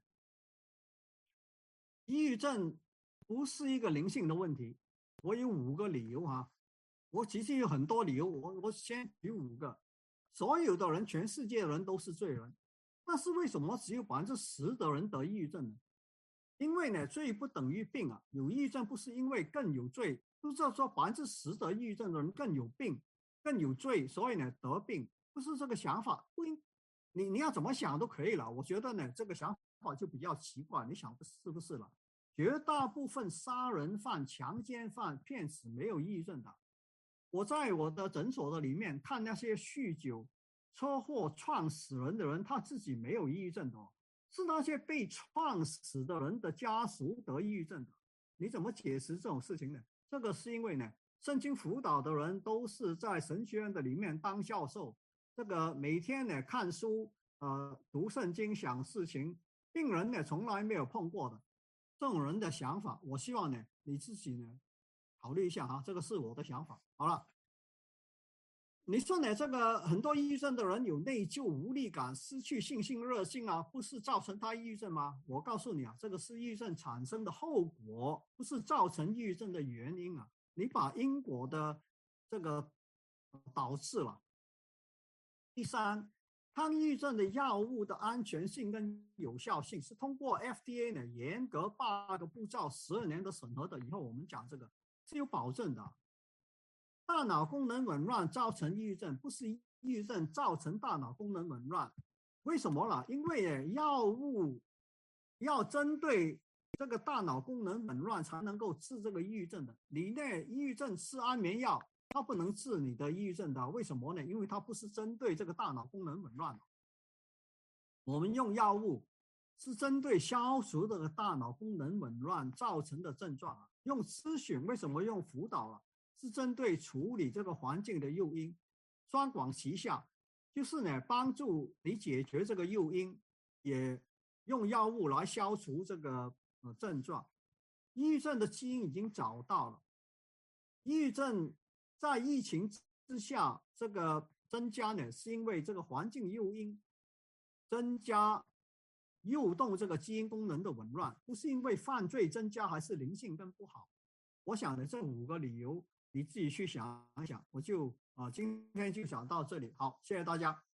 S2: 抑郁症不是一个灵性的问题。我有5个理由哈，我其实有很多理由，我先举5个。所有的人，全世界的人都是罪人，但是为什么只有10%的人得抑郁症呢？因为呢，罪不等于病啊。有抑郁症不是因为更有罪，不是说10%的抑郁症的人更有病、更有罪，所以呢得病，不是这个想法。不应，你要怎么想都可以了。我觉得呢，这个想法就比较奇怪，你想是不是了？绝大部分杀人犯、强奸犯、骗子没有抑郁症的。我在我的诊所的里面看那些酗酒、车祸撞死人的人，他自己没有抑郁症的哦。是那些被撞死的人的家属得抑郁症的。你怎么解释这种事情呢？这个是因为呢，神经辅导的人都是在神学院的里面当教授，这个每天呢看书，读圣经想事情，病人呢从来没有碰过的。这种人的想法，我希望呢你自己呢考虑一下哈，这个是我的想法。好了。你说呢？这个很多抑郁症的人有内疚、无力感、失去信心、热性啊，不是造成他抑郁症吗？我告诉你啊，这个是抑郁症产生的后果，不是造成抑郁症的原因啊。你把因果的这个导致了。第三，抗抑郁症的药物的安全性跟有效性是通过 FDA 呢严格8个步骤、12年的审核的。以后我们讲这个是有保证的。大脑功能紊乱造成抑郁症，不是抑郁症造成大脑功能紊乱。为什么呢？因为药物要针对这个大脑功能紊乱才能够治这个抑郁症的。你呢，抑郁症吃安眠药，它不能治你的抑郁症的。为什么呢？因为它不是针对这个大脑功能紊乱的。我们用药物是针对消除这个大脑功能紊乱造成的症状啊。用咨询，为什么用辅导了？是针对处理这个环境的诱因，双管齐下，就是呢帮助你解决这个诱因，也用药物来消除这个症状。抑郁症的基因已经找到了，抑郁症在疫情之下这个增加呢，是因为这个环境诱因增加诱动这个基因功能的紊乱，不是因为犯罪增加还是灵性更不好。我想的这5个理由。你自己去想一想，我就今天就讲到这里，好，谢谢大家。